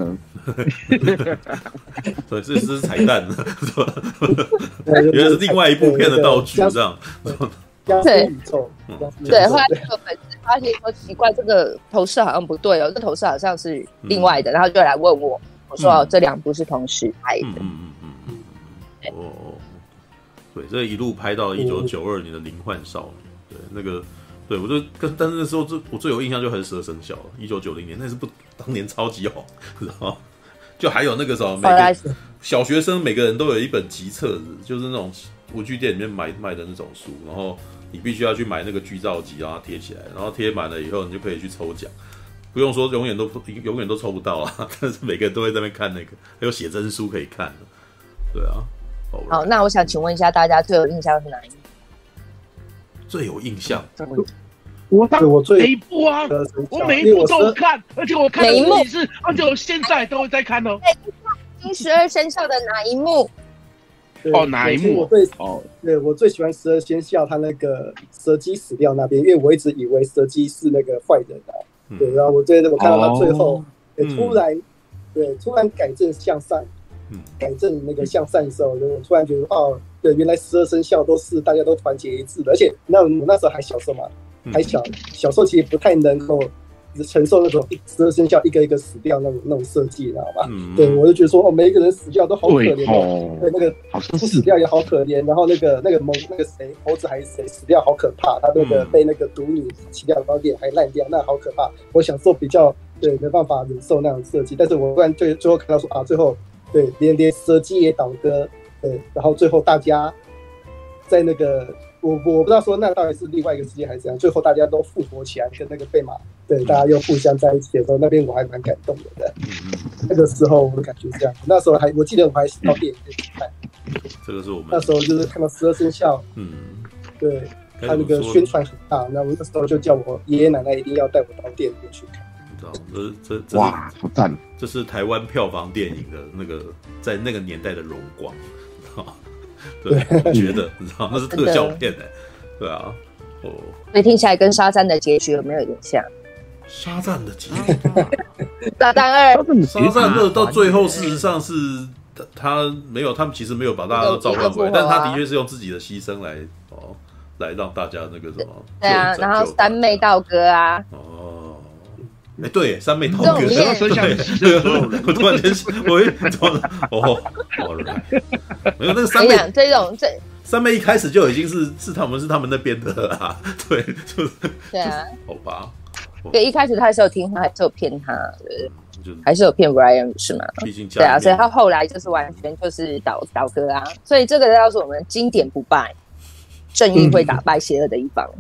所以这是彩蛋，原来是另外一部片的道具，这样。 对，后来有粉丝发现说奇怪，这个头饰好像不对哦，这头饰好像是另外的，然后就来问我，我说这2部是同时拍的。 对，这一路拍到1992年的灵幻少女，对，那个，对我就但是那时候我最有印象就还是12生肖了，1990年那是当年超级红，然后就还有那个什么，每个小学生每个人都有一本集册子，就是那种文具店里面卖的那种书，然后你必须要去买那个剧照集，让它贴起来，然后贴满了以后，你就可以去抽奖。不用说永远都抽不到啊，但是每个人都会在那边看那个，还有写真书可以看的，对啊。 好，那我想请问一下大家最有印象是哪一幕？ 最有印象， 我每一部啊，我每一部都看，而且我看的每是，而且我现在都会在看哦。 12生肖的哪一幕？ 哪一幕？ 我最喜欢12生肖他那个蛇姬死掉那边，因为我一直以为蛇姬是那个坏人啊。对，然后我看到他最后，突然改正向善，改正那个向善的时候，我突然觉得对，原来12生肖都是大家都团结一致的，而且我那时候还小时候嘛，还小时候其实不太能够承受那种12生肖一个一个死掉那种设计，你知道吗？对，我就觉得说每一个人死掉都好可怜哦，对，那个死掉也好可怜，然后那个谁猴子还是谁死掉好可怕，他那个被那个毒女骑掉高点还烂掉，那好可怕。我小时候比较没办法忍受那种设计，但是我突然最后看到说最后连蛇姬也倒戈。对，然后最后大家在那个我不知道说那到底是另外一个世界还是怎样，最后大家都复活起来，跟那个贝马大家又互相在一起的时候，那边我还蛮感动的。那个时候我的感觉这样，那时候我记得我还到电影院去看， 这个是我们那时候就是看到12生肖，对，他那个宣传很大，那我那时候就叫我爷爷奶奶一定要带我到电影院去看。 哇，好赞！ 这是台湾票房电影的那个在那个年代的荣光，对，我觉得你知道那是特效片对啊， 所以听起来跟沙赞的结局有没有点像？ 沙赞的结局， 沙赞2， 沙赞2到最后事实上是他们其实没有把大家都召唤回来，但他的确是用自己的牺牲来让大家那个什么， 对啊，然后三妹道哥啊， 对，三妹道哥，我突然间，没有那个三妹，三妹一开始就已经是他们那边的啦，对，就是对啊， 好吧， 对，一开始他还是有听他，还是有骗他，还是有骗 Brian 是吗？对啊，所以他后来就是完全就是倒戈啊，所以这个要是我们经典不败，正义会打败邪恶的一方。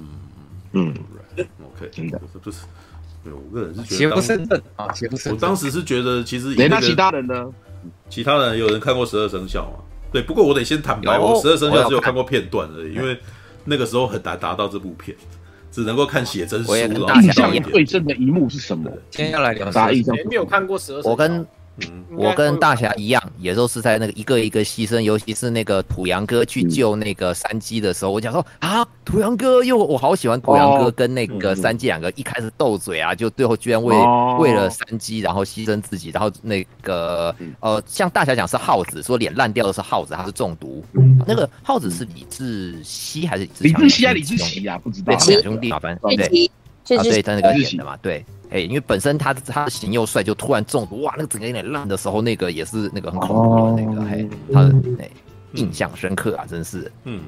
OK， 真的不是。我个人是觉得邪不胜正啊，邪不胜正。 我当时是觉得，其实那其他人呢？ 其他人有人看过12生肖嘛？对，不过我得先坦白，我12生肖只有看过片段而已，因为那个时候很难达到这部片，只能够看写真书。 印象最深的一幕是什么？ 今天要来聊啥印象？ 没有看过12生肖。 我跟大侠一样，也都是在那个一个一个牺牲，尤其是那个土洋哥去救那个山鸡的时候，我讲说土洋哥，我好喜欢土洋哥跟那个山鸡两个一开始斗嘴啊，就最后居然为了山鸡然后牺牲自己，然后那个像大侠讲是耗子，说脸烂掉的是耗子，他是中毒，那个耗子是李志熙还是李志熙啊？李志熙啊，不知道， 对，他们两兄弟嘛，反正对。对，他那个演的嘛，对，因为本身他的型又帅，就突然中毒，哇，那个整个有点烂的时候，那个也是那个很恐怖的那个，他的印象深刻啊，真是。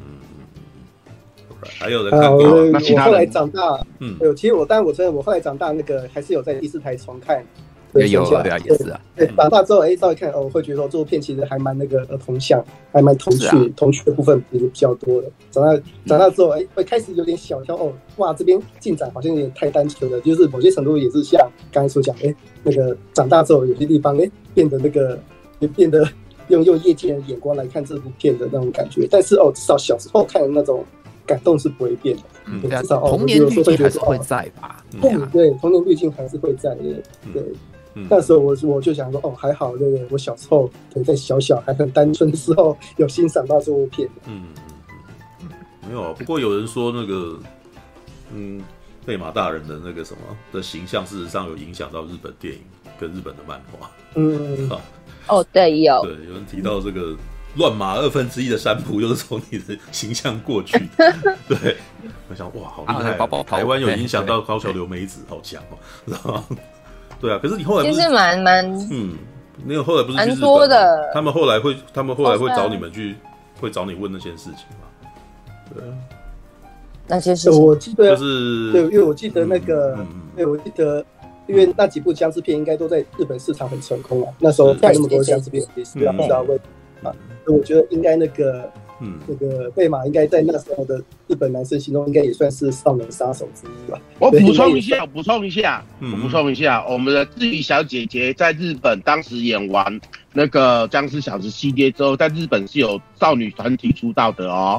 还有人看过， 我后来长大，其实我真的我后来长大，那个还是有在第4台重看。 有对啊，也是啊。 对，长大之后稍微看，我会觉得说这部片其实还蛮那个儿童向，还蛮童趣的部分比较多的。长大之后，会开始有点小哇，这边进展好像有点太单纯了，就是某些程度也是像刚才所讲，那个长大之后有些地方变得那个也变得用业界的眼光来看这部片的那种感觉，但是至少小时候看的那种感动是不会变的。至少童年滤镜还是会在吧？ 对，童年滤镜还是会在的，对。那时候我就想说，还好，我小时候在小还很单纯的时候有欣赏到这部片。 没有，不过有人说那个，贝马大人的那个什么的形象，事实上有影响到日本电影跟日本的漫画。 对，有人提到这个乱马1/2的山浦，又是从你的形象过去。对，我想哇，好厉害！台湾有影响到高桥留美子，好强哦。对啊，可是你后来其实蛮你有后来不是去日本多的， 他们后来会找你们会找你问那些事情吗？对啊， 那些事情我记得就是对，因为我记得那个，我记得因为那几部僵尸片应该都在日本市场很成功啊，那时候拍那么多僵尸片，也是不知道为什么。我觉得应该那个贝马应该在那时候的日本男生心中应该也算是少年杀手之一吧。 我补充一下，我们的志宇小姐姐在日本当时演完那个僵尸小子系列之后，在日本是有少女团体出道的哦。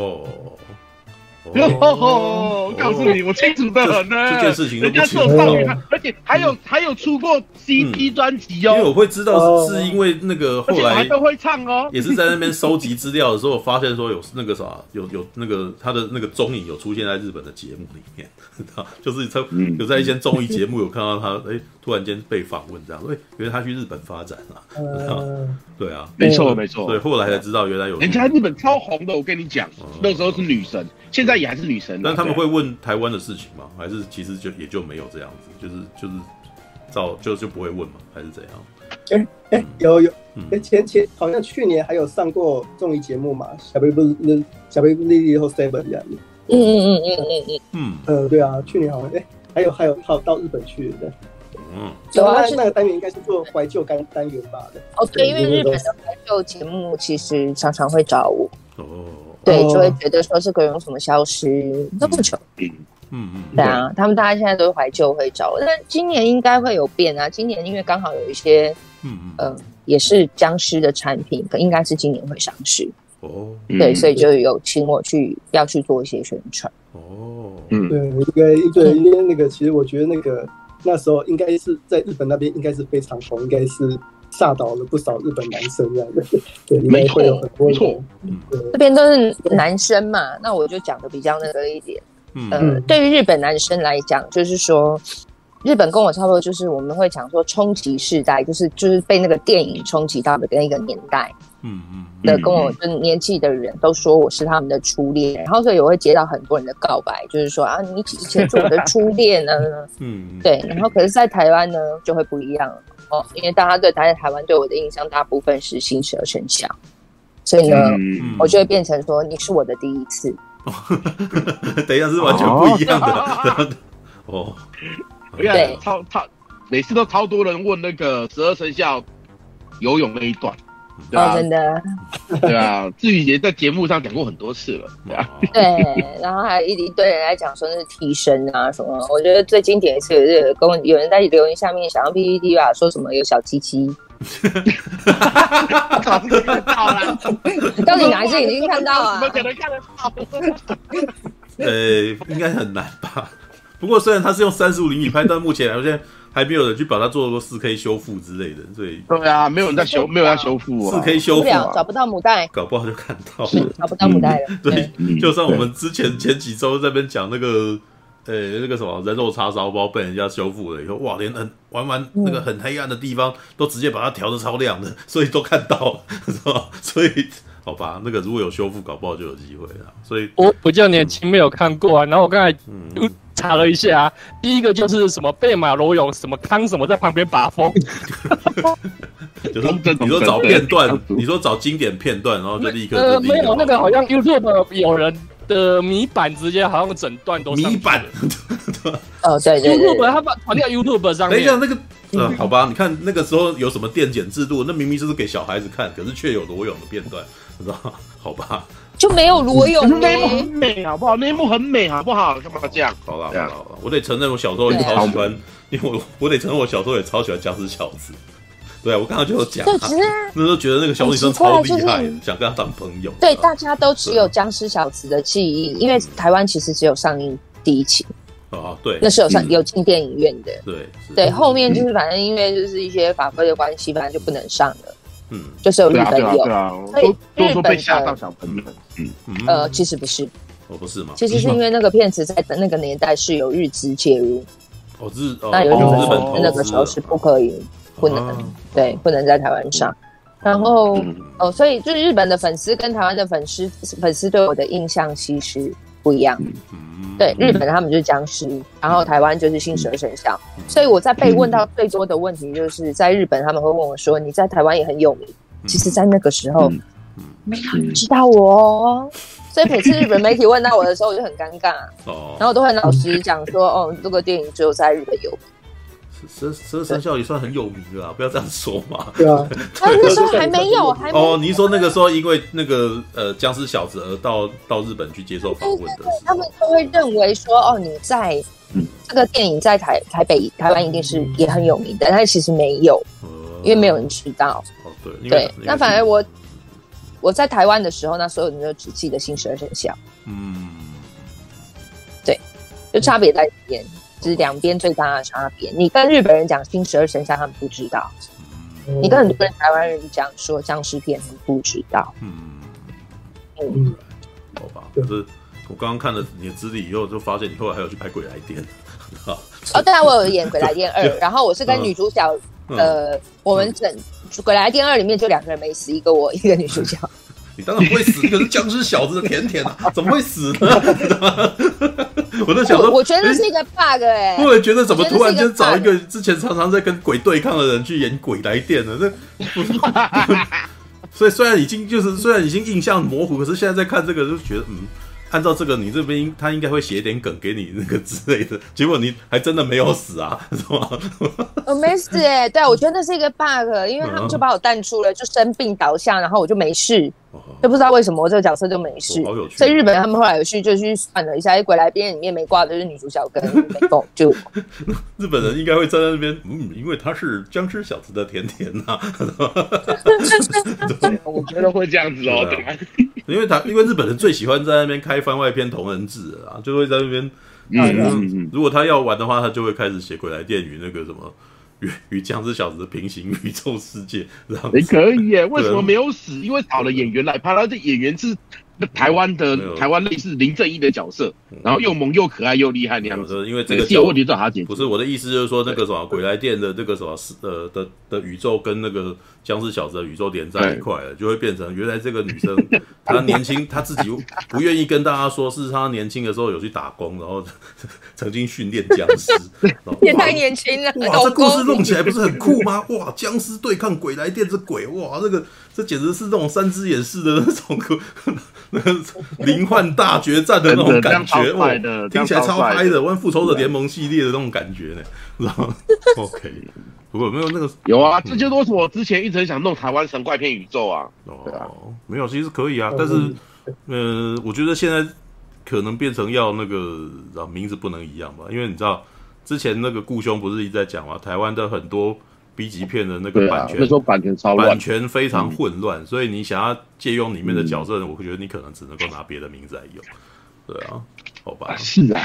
我告诉你，我清楚的很呢。 这件事情人家是有少女，而且还有出过 CD 专辑哦。 因为我会知道是因为那个后来还都会唱哦， 也是在那边收集资料的时候，发现说有那个有那个他的那个踪影有出现在日本的节目里面，就是有在一些综艺节目有看到他，突然间被访问这样，原来他去日本发展了，对啊， 没错， 对，后来才知道原来有人家日本超红的，我跟你讲，那时候是女神。现在也还是女神， 但他们会问台湾的事情吗？还是其实也就没有这样子，就不会问吗？还是怎样？ 有，前好像去年还有上过综艺节目嘛，小贝布莉莉或 Seven 这样子。对啊，去年好像还有到日本去的。主要那个单元应该是做怀旧单元吧的。 对，因为日本的怀旧节目其实常常会找我。对，就会觉得说这个人为什么消失这么久？对啊，他们大家现在都是怀旧会找我，但今年应该会有变啊。今年因为刚好有一些也是僵尸的产品，应该是今年会上市。对，所以就有请我要去做一些宣传。 对，因为那个其实我觉得那时候应该是在日本那边应该是非常红，应该是吓倒了不少日本男生这样的。对， 没错， 没错。 这边都是男生嘛，那我就讲的比较那个一点。对于日本男生来讲，就是说，日本跟我差不多，就是我们会讲说冲击世代，就是被那个电影冲击到的那个年代。的跟我就年纪的人都说我是他们的初恋，然后所以我会接到很多人的告白，就是说啊，你以前是我的初恋呢。对，然后可是在台湾呢就会不一样了因为大家在台湾对我的印象大部分是新十二生肖，所以呢，我就会变成说你是我的第一次。 等一下是完全不一样的。 对，每次都超多人问那个12生肖游泳那一段。 真的。 对啊，志宇也在节目上讲过很多次了。 对，然后还有一堆人来讲说那是替身啊什么。我觉得最经典一次是有人在留言下面想要 PPT 吧，说什么有小鸡鸡。 早就看到了， 到底哪一次已经看到啊？ 怎么可能看得到？ 应该很难吧。不过虽然他是用35厘米拍，但目前好像还没有人去把它做过4K 修复之类的，所以对啊，没有人在修复 4K 修复找不到母带， 搞不好就看到找不到母带了。 对，就像我们前几周在那边讲那个那个什么人肉叉烧包被人家修复了以后，哇，连玩那个很黑暗的地方都直接把它调得超亮的，所以都看到了，是吧？所以好吧，那个如果有修复，搞不好就有机会了。所以我比较年轻，没有看过啊。然后我刚才查了一下，第一个就是什么贝马罗勇，什么康什么在旁边把风。 就是你说找片段，你说找经典片段，然后就立刻没有那个好像 YouTube 有人的米版直接好像整段都米版。 对 ，YouTube 他把传到 YouTube 上面。 等一下那个好吧，你看那个时候有什么电检制度？那明明就是给小孩子看，可是却有裸泳的片段，知道吗？好吧。 就没有裸泳， 那一幕很美，好不好？那一幕很美，好不好？干嘛这样？ 好了，我得承认，我小时候也超喜欢，因为我得承认，我小时候也超喜欢僵尸小子。对啊，我刚刚就有讲，那时候觉得那个小女生超厉害，想跟她当朋友。 对，大家都只有僵尸小子的记忆，因为台湾其实只有上映第一期。 对， 那是有进电影院的。 对， 后面就是反正因为就是一些法规的关系，反正就不能上了。就是有日本有， 所以日本被吓到小朋友。其实不是， 不是吗？ 其实是因为那个片子在那个年代是有日资介入，那有日本那个时候是不能对，不能在台湾上。然后所以就是日本的粉丝跟台湾的粉丝对我的印象其实不一样。对，日本他们就是僵尸，然后台湾就是新12生肖，所以我在被问到最多的问题就是在日本他们会问我说你在台湾也很有名，其实在那个时候没有人知道我哦，所以每次日本媒体问到我的时候我就很尴尬，然后我都很老实讲说这个电影只有在日本有名。 12生肖也算很有名的啦，不要这样说嘛。 对啊， 他那时候还没有，还没有。 哦，你说那个时候因为那个僵尸小子而到日本去接受访问的， 他们都会认为说，哦，你在这个电影在台湾一定是也很有名的，但其实没有，因为没有人知道。 哦， 对，那反而我在台湾的时候，那所有人就只记得新12生肖。对，就差别在这边。这是两边最大的差别。你跟日本人讲新12生肖，他们不知道；你跟很多人台湾人讲说僵尸片，他们不知道。 好吧。可是我刚刚看了你的资历以后，就发现你后来还有去拍《鬼来电》。 哦，对啊，我有演《鬼来电2》，然后我是跟女主角我们《鬼来电2》里面就2个人没死，一个我，一个女主角。 你当然不会死，一个是僵尸小子的甜甜啊，怎么会死呢？我在想说， 我觉得是一个 bug 我也觉得怎么突然间找一个之前常常在跟鬼对抗的人去演鬼来电了？所以虽然已经印象模糊，可是现在在看这个就觉得按照这个你这边他应该会写点梗给你那个之类的，结果你还真的没有死啊，是吗？ 我没死对，我觉得那是一个 bug， 因为他们就把我淡出了，就生病倒下，然后我就没事，就不知道为什么我这个角色就没事。 好有趣。 所以日本他们后来就去算了一下，鬼来电里面没挂的就是女主角跟美凤，就日本人应该会站在那边，因为他是僵尸小子的甜甜呐。 我觉得会这样子哦， 因为日本人最喜欢在那边开番外篇同人志啊，就会在那边。如果他要玩的话，他就会开始写《鬼来电》与那个什么与僵尸小子的平行宇宙世界。 你可以耶？为什么没有死？因为找了演员来拍，他的演员是台湾类似林正英的角色，然后又萌又可爱又厉害那样子。 因为这个有问题找他解决。 不是我的意思，就是说那个什么《鬼来电》的这个什么的宇宙跟那个僵尸小子的宇宙连在一块了，就会变成原来这个女生她年轻，她自己不愿意跟大家说，是她年轻的时候有去打工，然后曾经训练僵尸。 也太年轻了！ 哇，这故事弄起来不是很酷吗？哇，僵尸对抗鬼来电这鬼，哇，这简直是那种3只眼式的那种那个灵幻大决战的那种感觉，哇，听起来超嗨的，玩复仇者联盟系列的那种感觉呢，知道吗 ？OK， 不过没有那个有啊，这就是为什么我之前一直很想弄台湾神怪片宇宙啊。 没有，其实可以啊，但是我觉得现在可能变成要那个名字不能一样吧，因为你知道之前那个顾兄不是一直在讲嘛，台湾的很多B 级片的那个版权， 那时候版权超乱， 版权非常混乱，所以你想要借用里面的角色，我觉得你可能只能够拿别的名字来用。对啊，好吧。 是啊。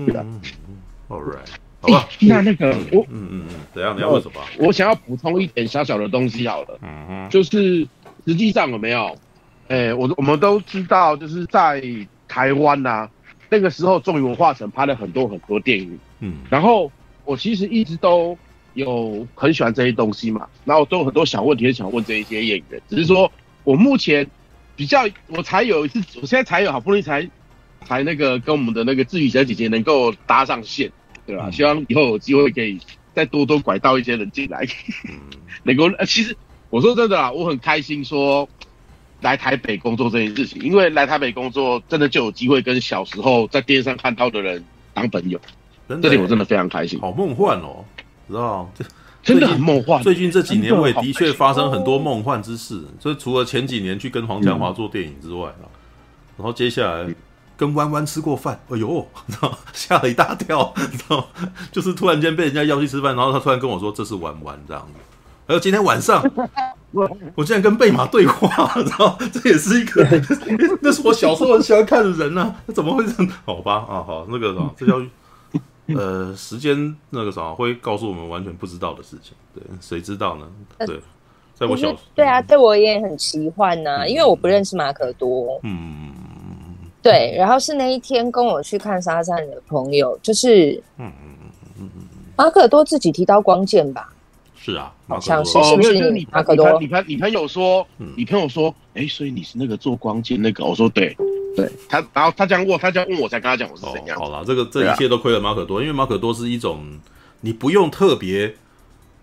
All right， 好吧。 那个我怎样？你要问什么？ 我想要补充一点小小的东西好了，就是实际上有没有？我们都知道，就是在台湾啊，那个时候中原文化城拍了很多很多电影，然后我其实一直都有很喜欢这些东西嘛，然后都有很多小问题想问这一些演员，只是说我目前我才有一次，我现在才有好不容易才那个跟我们的那个志宇小姐姐能够搭上线，对吧？希望以后有机会可以再多拐到一些人进来，能够其实我说真的啦，我很开心说来台北工作这件事情，因为来台北工作真的就有机会跟小时候在电视上看到的人当朋友，这点我真的非常开心。 好梦幻哦，知道真的很梦幻。 最近这几年我也的确发生很多梦幻之事，所以除了前几年去跟黄强华做电影之外然后接下来跟弯弯吃过饭，哎呦，吓了一大跳，就是突然间被人家邀去吃饭，然后他突然跟我说这是弯弯这样子。还有今天晚上，我竟然跟贝马对话，知道这也是一个，那是我小时候很喜欢看的人啊，怎么会这样？好吧，好，那个这叫时间那个啥会告诉我们完全不知道的事情，对，谁知道呢？对，在我小对啊，对我也很奇幻呐，因为我不认识马可多，对，然后是那一天跟我去看沙赞的朋友，就是马可多自己提到光剑吧。是啊， 好像是不是你马可多？ 你朋友说，所以你是那个做光剑那个？我说对，他，然后他这样问我才跟他讲我是怎样。 好啦，这一切都亏了马可多，因为马可多是一种你不用特别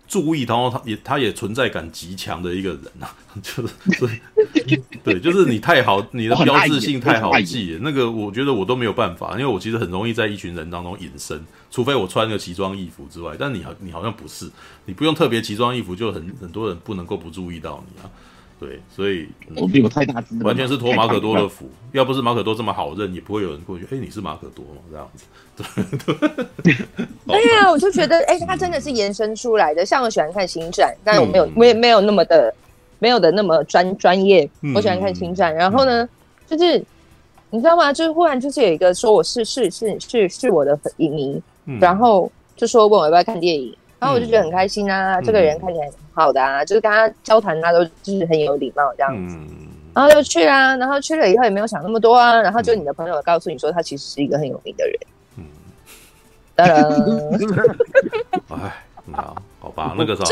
注意，然后他也存在感极强的一个人啊，就是对，就是你太好，你的标志性太好记了，那个我觉得我都没有办法，因为我其实很容易在一群人当中隐身，除非我穿个奇装异服之外，但你好像不是，你不用特别奇装异服，就很多人不能够不注意到你啊。对，所以我没有太大资本， 完全是托马可多的福。要不是马可多这么好认，也不会有人过去。你是马可多吗？这样子。 对啊，我就觉得，他真的是延伸出来的。像我喜欢看星战，但我也没有那么的，没有的那么专业。我喜欢看星战，然后呢，就是你知道吗？就是忽然就是有一个说我是我的影迷，然后就说问我要不要看电影。然后我就觉得很开心啊，这个人看起来很好的啊，就是跟他交谈啊，都就是很有礼貌这样子。然后就去啊，然后去了以后也没有想那么多啊，然后就你的朋友告诉你说他其实是一个很有名的人。当然， 好吧，那个时候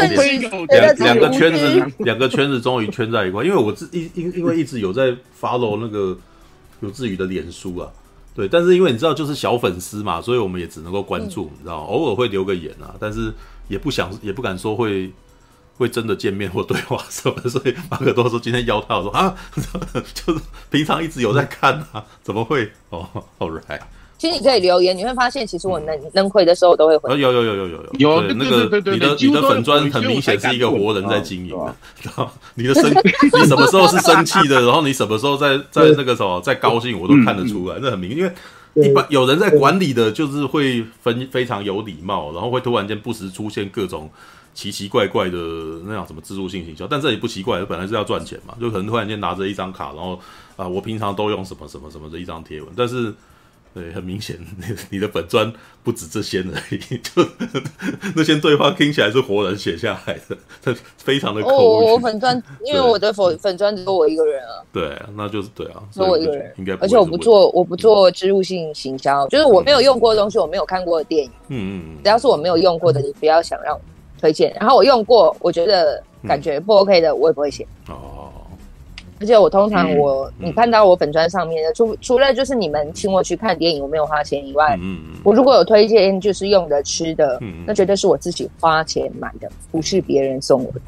两个圈子终于圈在一块，因为我因为一直有在 follow 那个有志宇的脸书啊。对，但是因为你知道，就是小粉丝嘛，所以我们也只能够关注，你知道，偶尔会留个言啊，但是也不敢说会真的见面或对话什么，所以马可多说今天邀他，我说啊，就是平常一直有在看啊，怎么会？Alright。 其实你可以留言，你会发现，其实我能回的时候我都会回。 有，对，那个你的粉专很明显是一个活人在经营的，然后你什么时候是生气的，然后你什么时候在那个什么在高兴，我都看得出来，那很明显，因为一般有人在管理的，就是会非常有礼貌，然后会突然间不时出现各种奇奇怪怪的那样什么自助性行销，但这也不奇怪，本来是要赚钱嘛，就可能突然间拿着一张卡，然后我平常都用什么什么什么的一张贴文，但是。对，很明显，你的本专不止这些而已，就那些对话听起来是活人写下来的，非常的口语。 我粉专，因为我的粉专只有我一个人啊。 对，那就是对啊， 只有我一个人， 应该。 而且我不做植入性行销，就是我没有用过的东西，我没有看过的电影，只要是我没有用过的，你不要想让我推荐。然后我用过，我觉得感觉不 OK 的，我也不会写。而且我通常你看到我本专上面的，除了就是你们请我去看电影，我没有花钱以外，我如果有推荐就是用的吃的，那绝对是我自己花钱买的，不是别人送我的。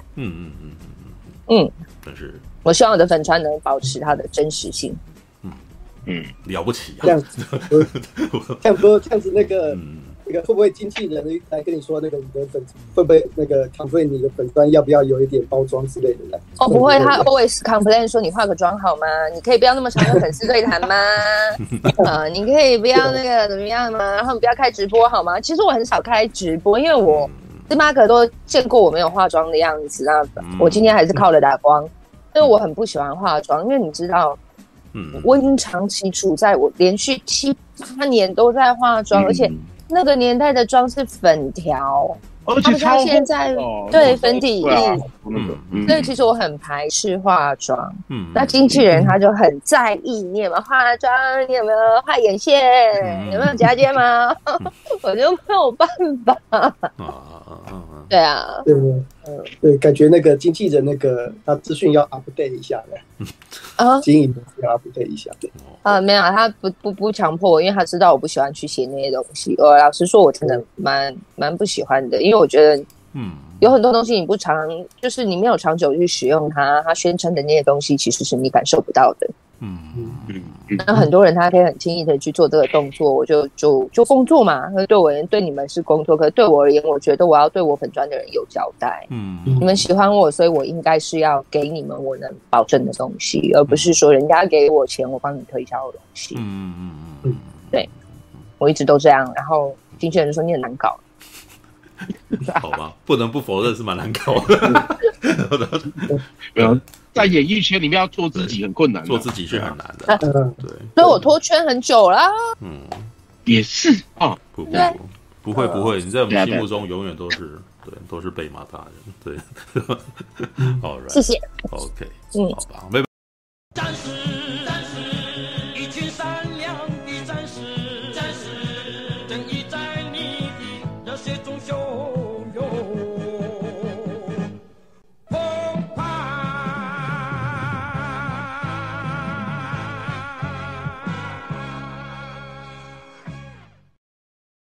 但是我希望我的粉专能保持它的真实性。 了不起啊！ 这样子，这样子那个会不会经纪人来跟你说那个你的粉会不会那个 complain 你的粉专要不要有一点包装之类的？ 不会，他 always complain 说你化个妆好吗？你可以不要那么常跟粉丝对谈吗？你可以不要那个怎么样吗？然后不要开直播好吗？其实我很少开直播，因为我跟马可都见过我没有化妆的样子，那我今天还是靠了打光，因为我很不喜欢化妆，因为你知道。我已经长期处在我连续7-8年都在化妆，而且那个年代的妆是粉条， 而且超现在对粉底液，所以其实我很排斥化妆。那经纪人他就很在意你有没有化妆，你有没有画眼线，有没有夹睫毛，我就没有办法。对啊， 对，感觉那个经纪人那个他资讯要 update 一下的，经营要 update 一下的。 没有，他不强迫我，因为他知道我不喜欢去写那些东西。老实说，我真的蛮不喜欢的，因为我觉得，有很多东西你就是你没有长久去使用它，他宣称的那些东西其实是你感受不到的。那很多人他可以很轻易的去做这个动作，我就工作嘛。对我而言，对你们是工作，可是对我而言，我觉得我要对我粉专的人有交代。你们喜欢我，所以我应该是要给你们我能保证的东西，而不是说人家给我钱，我帮你推销的东西。对，我一直都这样。然后经纪人就说你很难搞。 好吧，不能不否认是蛮难搞的。 在演艺圈里面要做自己很困难， 做自己是很难的。对， 所以我脱圈很久啦。 也是啊， 不会，你在我们心目中永远都是被骂大人。对，好， 谢谢。 OK，好吧，拜拜。